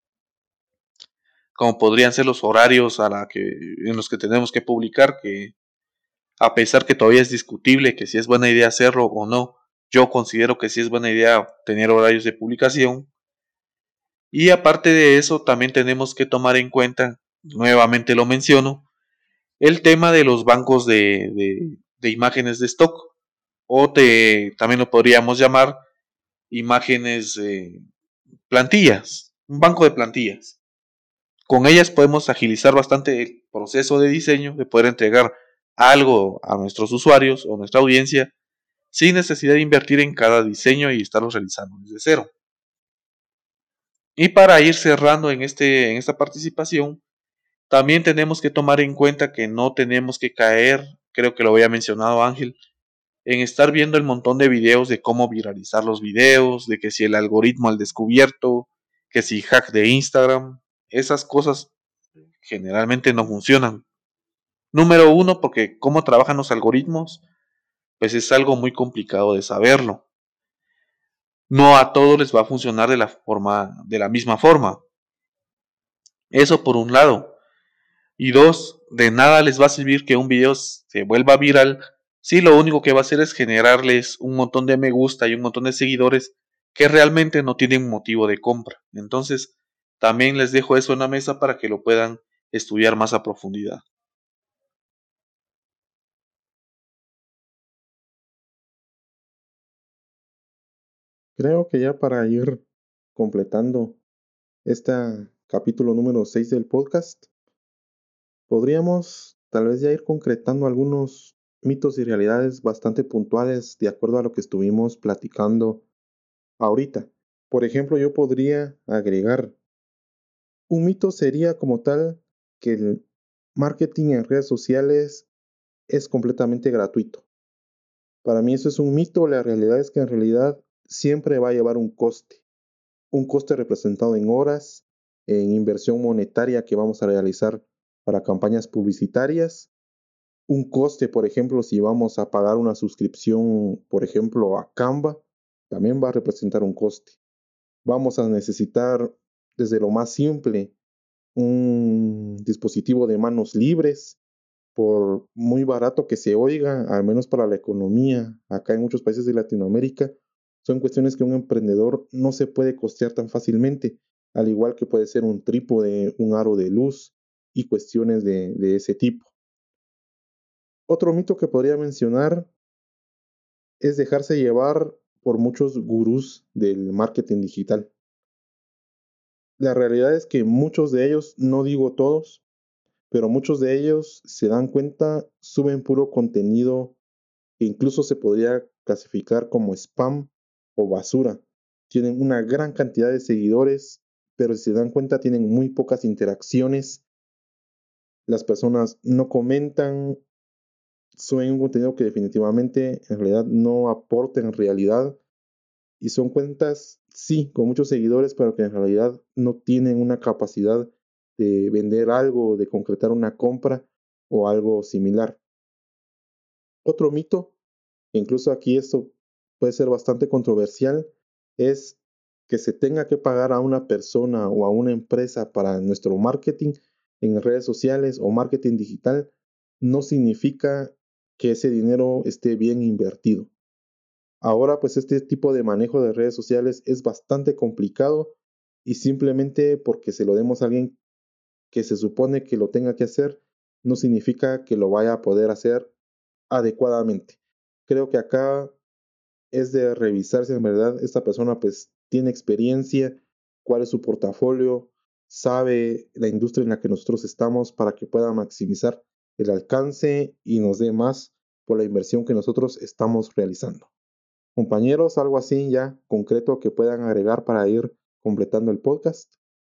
como podrían ser los horarios a la que, en los que tenemos que publicar, que a pesar que todavía es discutible que si es buena idea hacerlo o no, yo considero que sí es buena idea tener horarios de publicación. Y aparte de eso, también tenemos que tomar en cuenta, nuevamente lo menciono, el tema de los bancos de, de, de imágenes de stock, o te, también lo podríamos llamar imágenes, eh, plantillas, un banco de plantillas. Con ellas podemos agilizar bastante el proceso de diseño, de poder entregar algo a nuestros usuarios o nuestra audiencia sin necesidad de invertir en cada diseño y estarlos realizando desde cero. Y para ir cerrando en, este, en esta participación, también tenemos que tomar en cuenta que no tenemos que caer, creo que lo había mencionado Ángel, en estar viendo el montón de videos de cómo viralizar los videos, de que si el algoritmo al descubierto, que si hack de Instagram, esas cosas generalmente no funcionan. Número uno, porque cómo trabajan los algoritmos, pues es algo muy complicado de saberlo. No a todos les va a funcionar de la forma, de la misma forma. Eso por un lado. Y dos, de nada les va a servir que un video se vuelva viral si lo único que va a hacer es generarles un montón de me gusta y un montón de seguidores que realmente no tienen motivo de compra. Entonces, también les dejo eso en la mesa para que lo puedan estudiar más a profundidad. Creo que ya para ir completando este capítulo número seis del podcast, podríamos tal vez ya ir concretando algunos mitos y realidades bastante puntuales de acuerdo a lo que estuvimos platicando ahorita. Por ejemplo, yo podría agregar, un mito sería como tal que el marketing en redes sociales es completamente gratuito. Para mí eso es un mito. La realidad es que en realidad siempre va a llevar un coste. Un coste representado en horas, en inversión monetaria que vamos a realizar para campañas publicitarias. Un coste, por ejemplo, si vamos a pagar una suscripción, por ejemplo, a Canva, también va a representar un coste. Vamos a necesitar, desde lo más simple, un dispositivo de manos libres, por muy barato que se oiga, al menos para la economía, acá en muchos países de Latinoamérica, son cuestiones que un emprendedor no se puede costear tan fácilmente, al igual que puede ser un trípode, un aro de luz y cuestiones de, de ese tipo. Otro mito que podría mencionar es dejarse llevar por muchos gurús del marketing digital. La realidad es que muchos de ellos, no digo todos, pero muchos de ellos se dan cuenta, suben puro contenido que incluso se podría clasificar como spam o basura. Tienen una gran cantidad de seguidores, pero si se dan cuenta tienen muy pocas interacciones. Las personas no comentan, suben un contenido que definitivamente en realidad no aporta en realidad. Y son cuentas, sí, con muchos seguidores, pero que en realidad no tienen una capacidad de vender algo, de concretar una compra o algo similar. Otro mito, incluso aquí esto puede ser bastante controversial, es que se tenga que pagar a una persona o a una empresa para nuestro marketing en redes sociales o marketing digital, no significa que ese dinero esté bien invertido. Ahora pues este tipo de manejo de redes sociales es bastante complicado y simplemente porque se lo demos a alguien que se supone que lo tenga que hacer, no significa que lo vaya a poder hacer adecuadamente. Creo que acá es de revisar si en verdad esta persona pues tiene experiencia, cuál es su portafolio, sabe la industria en la que nosotros estamos para que pueda maximizar el alcance y nos dé más por la inversión que nosotros estamos realizando. Compañeros, algo así ya concreto que puedan agregar para ir completando el podcast.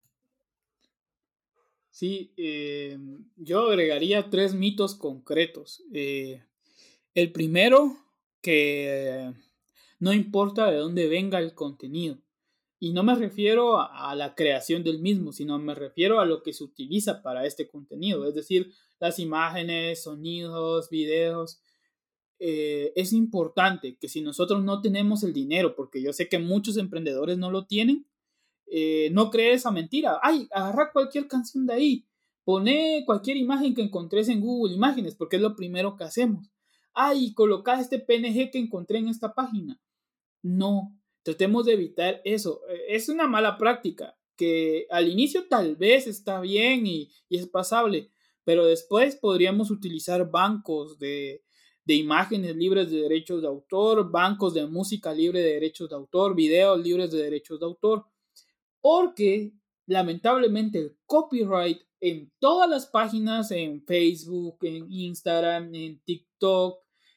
Sí, eh, yo agregaría tres mitos concretos. Eh, el primero, que no importa de dónde venga el contenido. Y no me refiero a, a la creación del mismo, sino me refiero a lo que se utiliza para este contenido. Es decir, las imágenes, sonidos, videos. Eh, es importante que si nosotros no tenemos el dinero, porque yo sé que muchos emprendedores no lo tienen, eh, no crees esa mentira. Ay, agarra cualquier canción de ahí, pone cualquier imagen que encontres en Google Imágenes, porque es lo primero que hacemos. Ay, coloca este P N G que encontré en esta página. No, tratemos de evitar eso. Es una mala práctica que al inicio tal vez está bien y, y es pasable, pero después podríamos utilizar bancos de, de imágenes libres de derechos de autor, bancos de música libre de derechos de autor, videos libres de derechos de autor, porque lamentablemente el copyright en todas las páginas, en Facebook, en Instagram, en TikTok,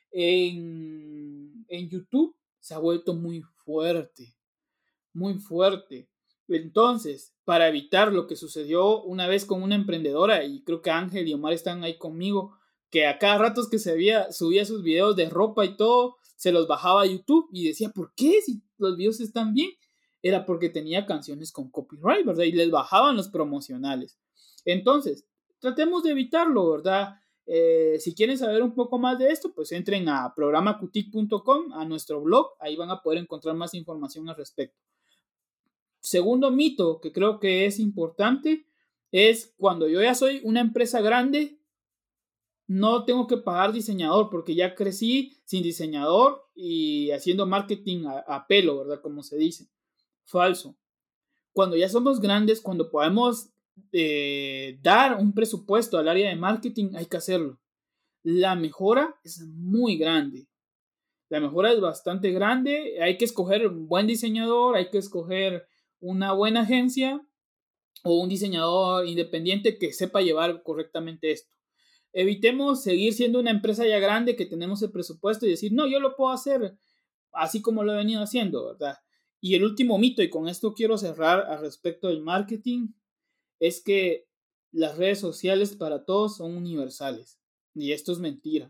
en, en YouTube, se ha vuelto muy fuerte, muy fuerte. Entonces, para evitar lo que sucedió una vez con una emprendedora, y creo que Ángel y Omar están ahí conmigo, que a cada rato que se veía, subía sus videos de ropa y todo, se los bajaba a YouTube y decía, ¿por qué? Si los videos están bien. Era porque tenía canciones con copyright, ¿verdad? Y les bajaban los promocionales. Entonces, tratemos de evitarlo, ¿verdad? Eh, si quieren saber un poco más de esto, pues entren a programa cutic punto com, a nuestro blog, ahí van a poder encontrar más información al respecto. Segundo mito que creo que es importante es cuando yo ya soy una empresa grande, no tengo que pagar diseñador porque ya crecí sin diseñador y haciendo marketing a, a pelo, ¿verdad? Como se dice. Falso. Cuando ya somos grandes, cuando podemos eh, dar un presupuesto al área de marketing, hay que hacerlo. La mejora es muy grande. La mejora es bastante grande. Hay que escoger un buen diseñador, hay que escoger una buena agencia o un diseñador independiente que sepa llevar correctamente esto. Evitemos seguir siendo una empresa ya grande que tenemos el presupuesto y decir, no, yo lo puedo hacer así como lo he venido haciendo, ¿verdad? Y el último mito, y con esto quiero cerrar al respecto del marketing, es que las redes sociales para todos son universales. Y esto es mentira.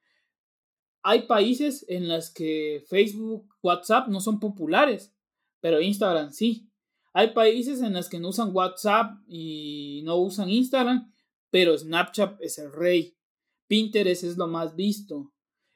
Hay países en los que Facebook, WhatsApp no son populares, pero Instagram sí. Hay países en los que no usan WhatsApp y no usan Instagram, pero Snapchat es el rey. Pinterest es lo más visto.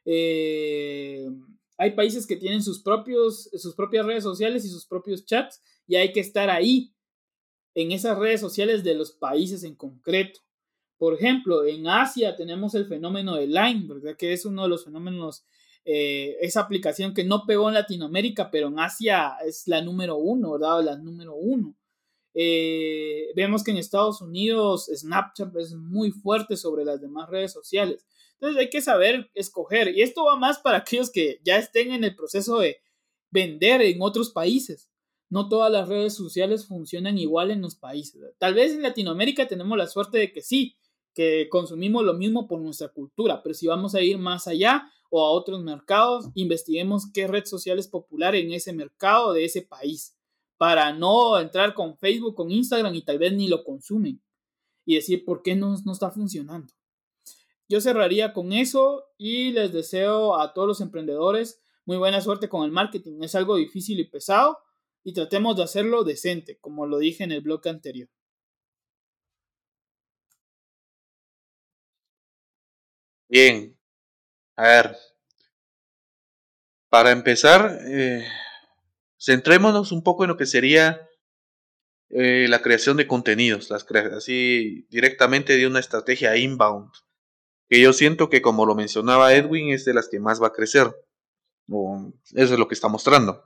Eh, hay países que tienen sus, propios, sus propias redes sociales y sus propios chats y hay que estar ahí, en esas redes sociales de los países en concreto. Por ejemplo, en Asia tenemos el fenómeno de Line, ¿verdad? Que es uno de los fenómenos, eh, esa aplicación que no pegó en Latinoamérica, pero en Asia es la número uno, ¿verdad? La número uno. Eh, vemos que en Estados Unidos Snapchat es muy fuerte sobre las demás redes sociales. Entonces hay que saber escoger. Y esto va más para aquellos que ya estén en el proceso de vender en otros países. No todas las redes sociales funcionan igual en los países. Tal vez en Latinoamérica tenemos la suerte de que sí, que consumimos lo mismo por nuestra cultura, pero si vamos a ir más allá o a otros mercados, investiguemos qué red social es popular en ese mercado de ese país, para no entrar con Facebook, con Instagram y tal vez ni lo consumen y decir por qué no, no está funcionando. Yo cerraría con eso y les deseo a todos los emprendedores muy buena suerte con el marketing. Es algo difícil y pesado y tratemos de hacerlo decente, como lo dije en el bloque anterior. Bien, a ver, para empezar, eh, centrémonos un poco en lo que sería eh, la creación de contenidos, las crea- así directamente de una estrategia inbound, que yo siento que como lo mencionaba Edwin es de las que más va a crecer, o eso es lo que está mostrando.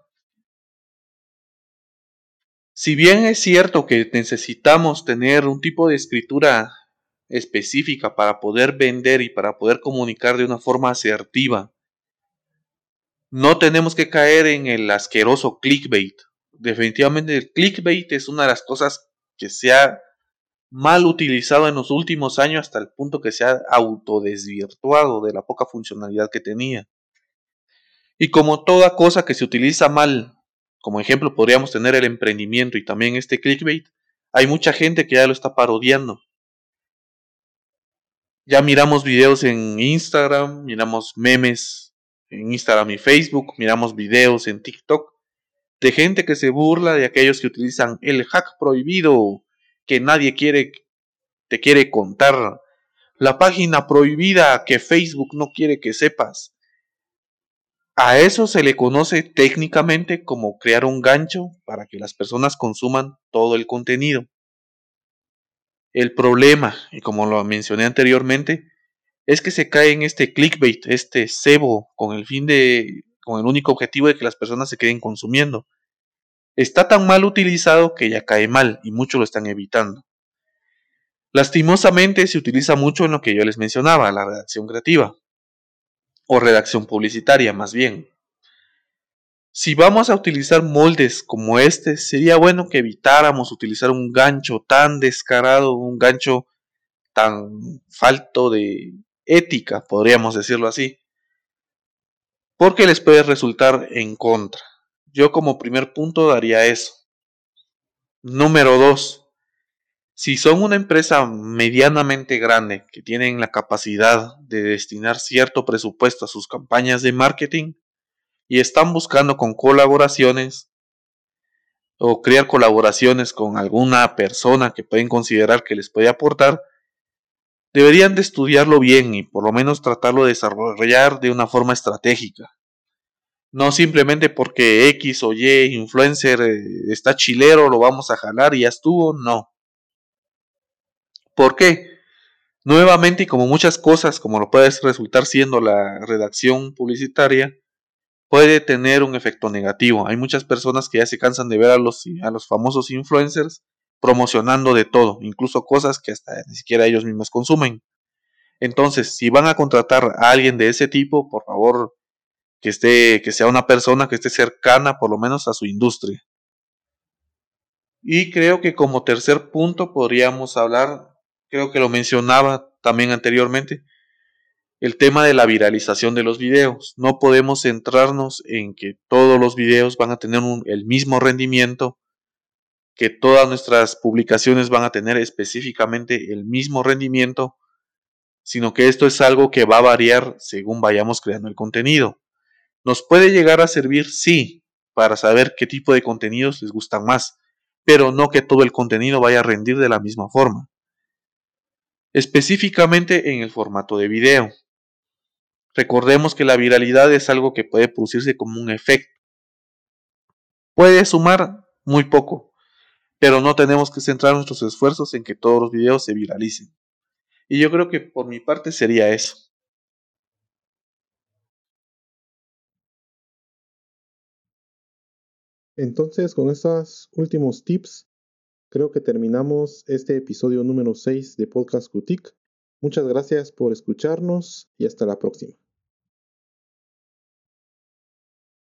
Si bien es cierto que necesitamos tener un tipo de escritura específica para poder vender y para poder comunicar de una forma asertiva, no tenemos que caer en el asqueroso clickbait. Definitivamente el clickbait es una de las cosas que se ha mal utilizado en los últimos años hasta el punto que se ha autodesvirtuado de la poca funcionalidad que tenía. Y como toda cosa que se utiliza mal, como ejemplo podríamos tener el emprendimiento y también este clickbait, hay mucha gente que ya lo está parodiando. Ya miramos videos en Instagram, miramos memes en Instagram y Facebook, miramos videos en TikTok de gente que se burla de aquellos que utilizan el hack prohibido que nadie quiere, te quiere contar, la página prohibida que Facebook no quiere que sepas. A eso se le conoce técnicamente como crear un gancho para que las personas consuman todo el contenido. El problema, y como lo mencioné anteriormente, es que se cae en este clickbait, este cebo, con el fin de, con el único objetivo de que las personas se queden consumiendo. Está tan mal utilizado que ya cae mal y muchos lo están evitando. Lastimosamente se utiliza mucho en lo que yo les mencionaba, la redacción creativa, o redacción publicitaria más bien. Si vamos a utilizar moldes como este, sería bueno que evitáramos utilizar un gancho tan descarado, un gancho tan falto de ética, podríamos decirlo así, porque les puede resultar en contra. Yo como primer punto daría eso. Número dos, si son una empresa medianamente grande que tienen la capacidad de destinar cierto presupuesto a sus campañas de marketing y están buscando con colaboraciones o crear colaboraciones con alguna persona que pueden considerar que les puede aportar, deberían de estudiarlo bien y por lo menos tratarlo de desarrollar de una forma estratégica. No simplemente porque X o Y influencer eh, está chilero, lo vamos a jalar y ya estuvo, no. ¿Por qué? Nuevamente, y como muchas cosas, como lo puede resultar siendo la redacción publicitaria, puede tener un efecto negativo. Hay muchas personas que ya se cansan de ver a los, a los famosos influencers promocionando de todo, incluso cosas que hasta ni siquiera ellos mismos consumen. Entonces, si van a contratar a alguien de ese tipo, por favor, que esté, que sea una persona que esté cercana por lo menos a su industria. Y creo que como tercer punto podríamos hablar, creo que lo mencionaba también anteriormente, el tema de la viralización de los videos. No podemos centrarnos en que todos los videos van a tener un, el mismo rendimiento, que todas nuestras publicaciones van a tener específicamente el mismo rendimiento, sino que esto es algo que va a variar según vayamos creando el contenido. Nos puede llegar a servir, sí, para saber qué tipo de contenidos les gustan más, pero no que todo el contenido vaya a rendir de la misma forma. Específicamente en el formato de video. Recordemos que la viralidad es algo que puede producirse como un efecto. Puede sumar muy poco, pero no tenemos que centrar nuestros esfuerzos en que todos los videos se viralicen. Y yo creo que por mi parte sería eso. Entonces, con estos últimos tips, creo que terminamos este episodio número seis de Podcast Cutic. Muchas gracias por escucharnos y hasta la próxima.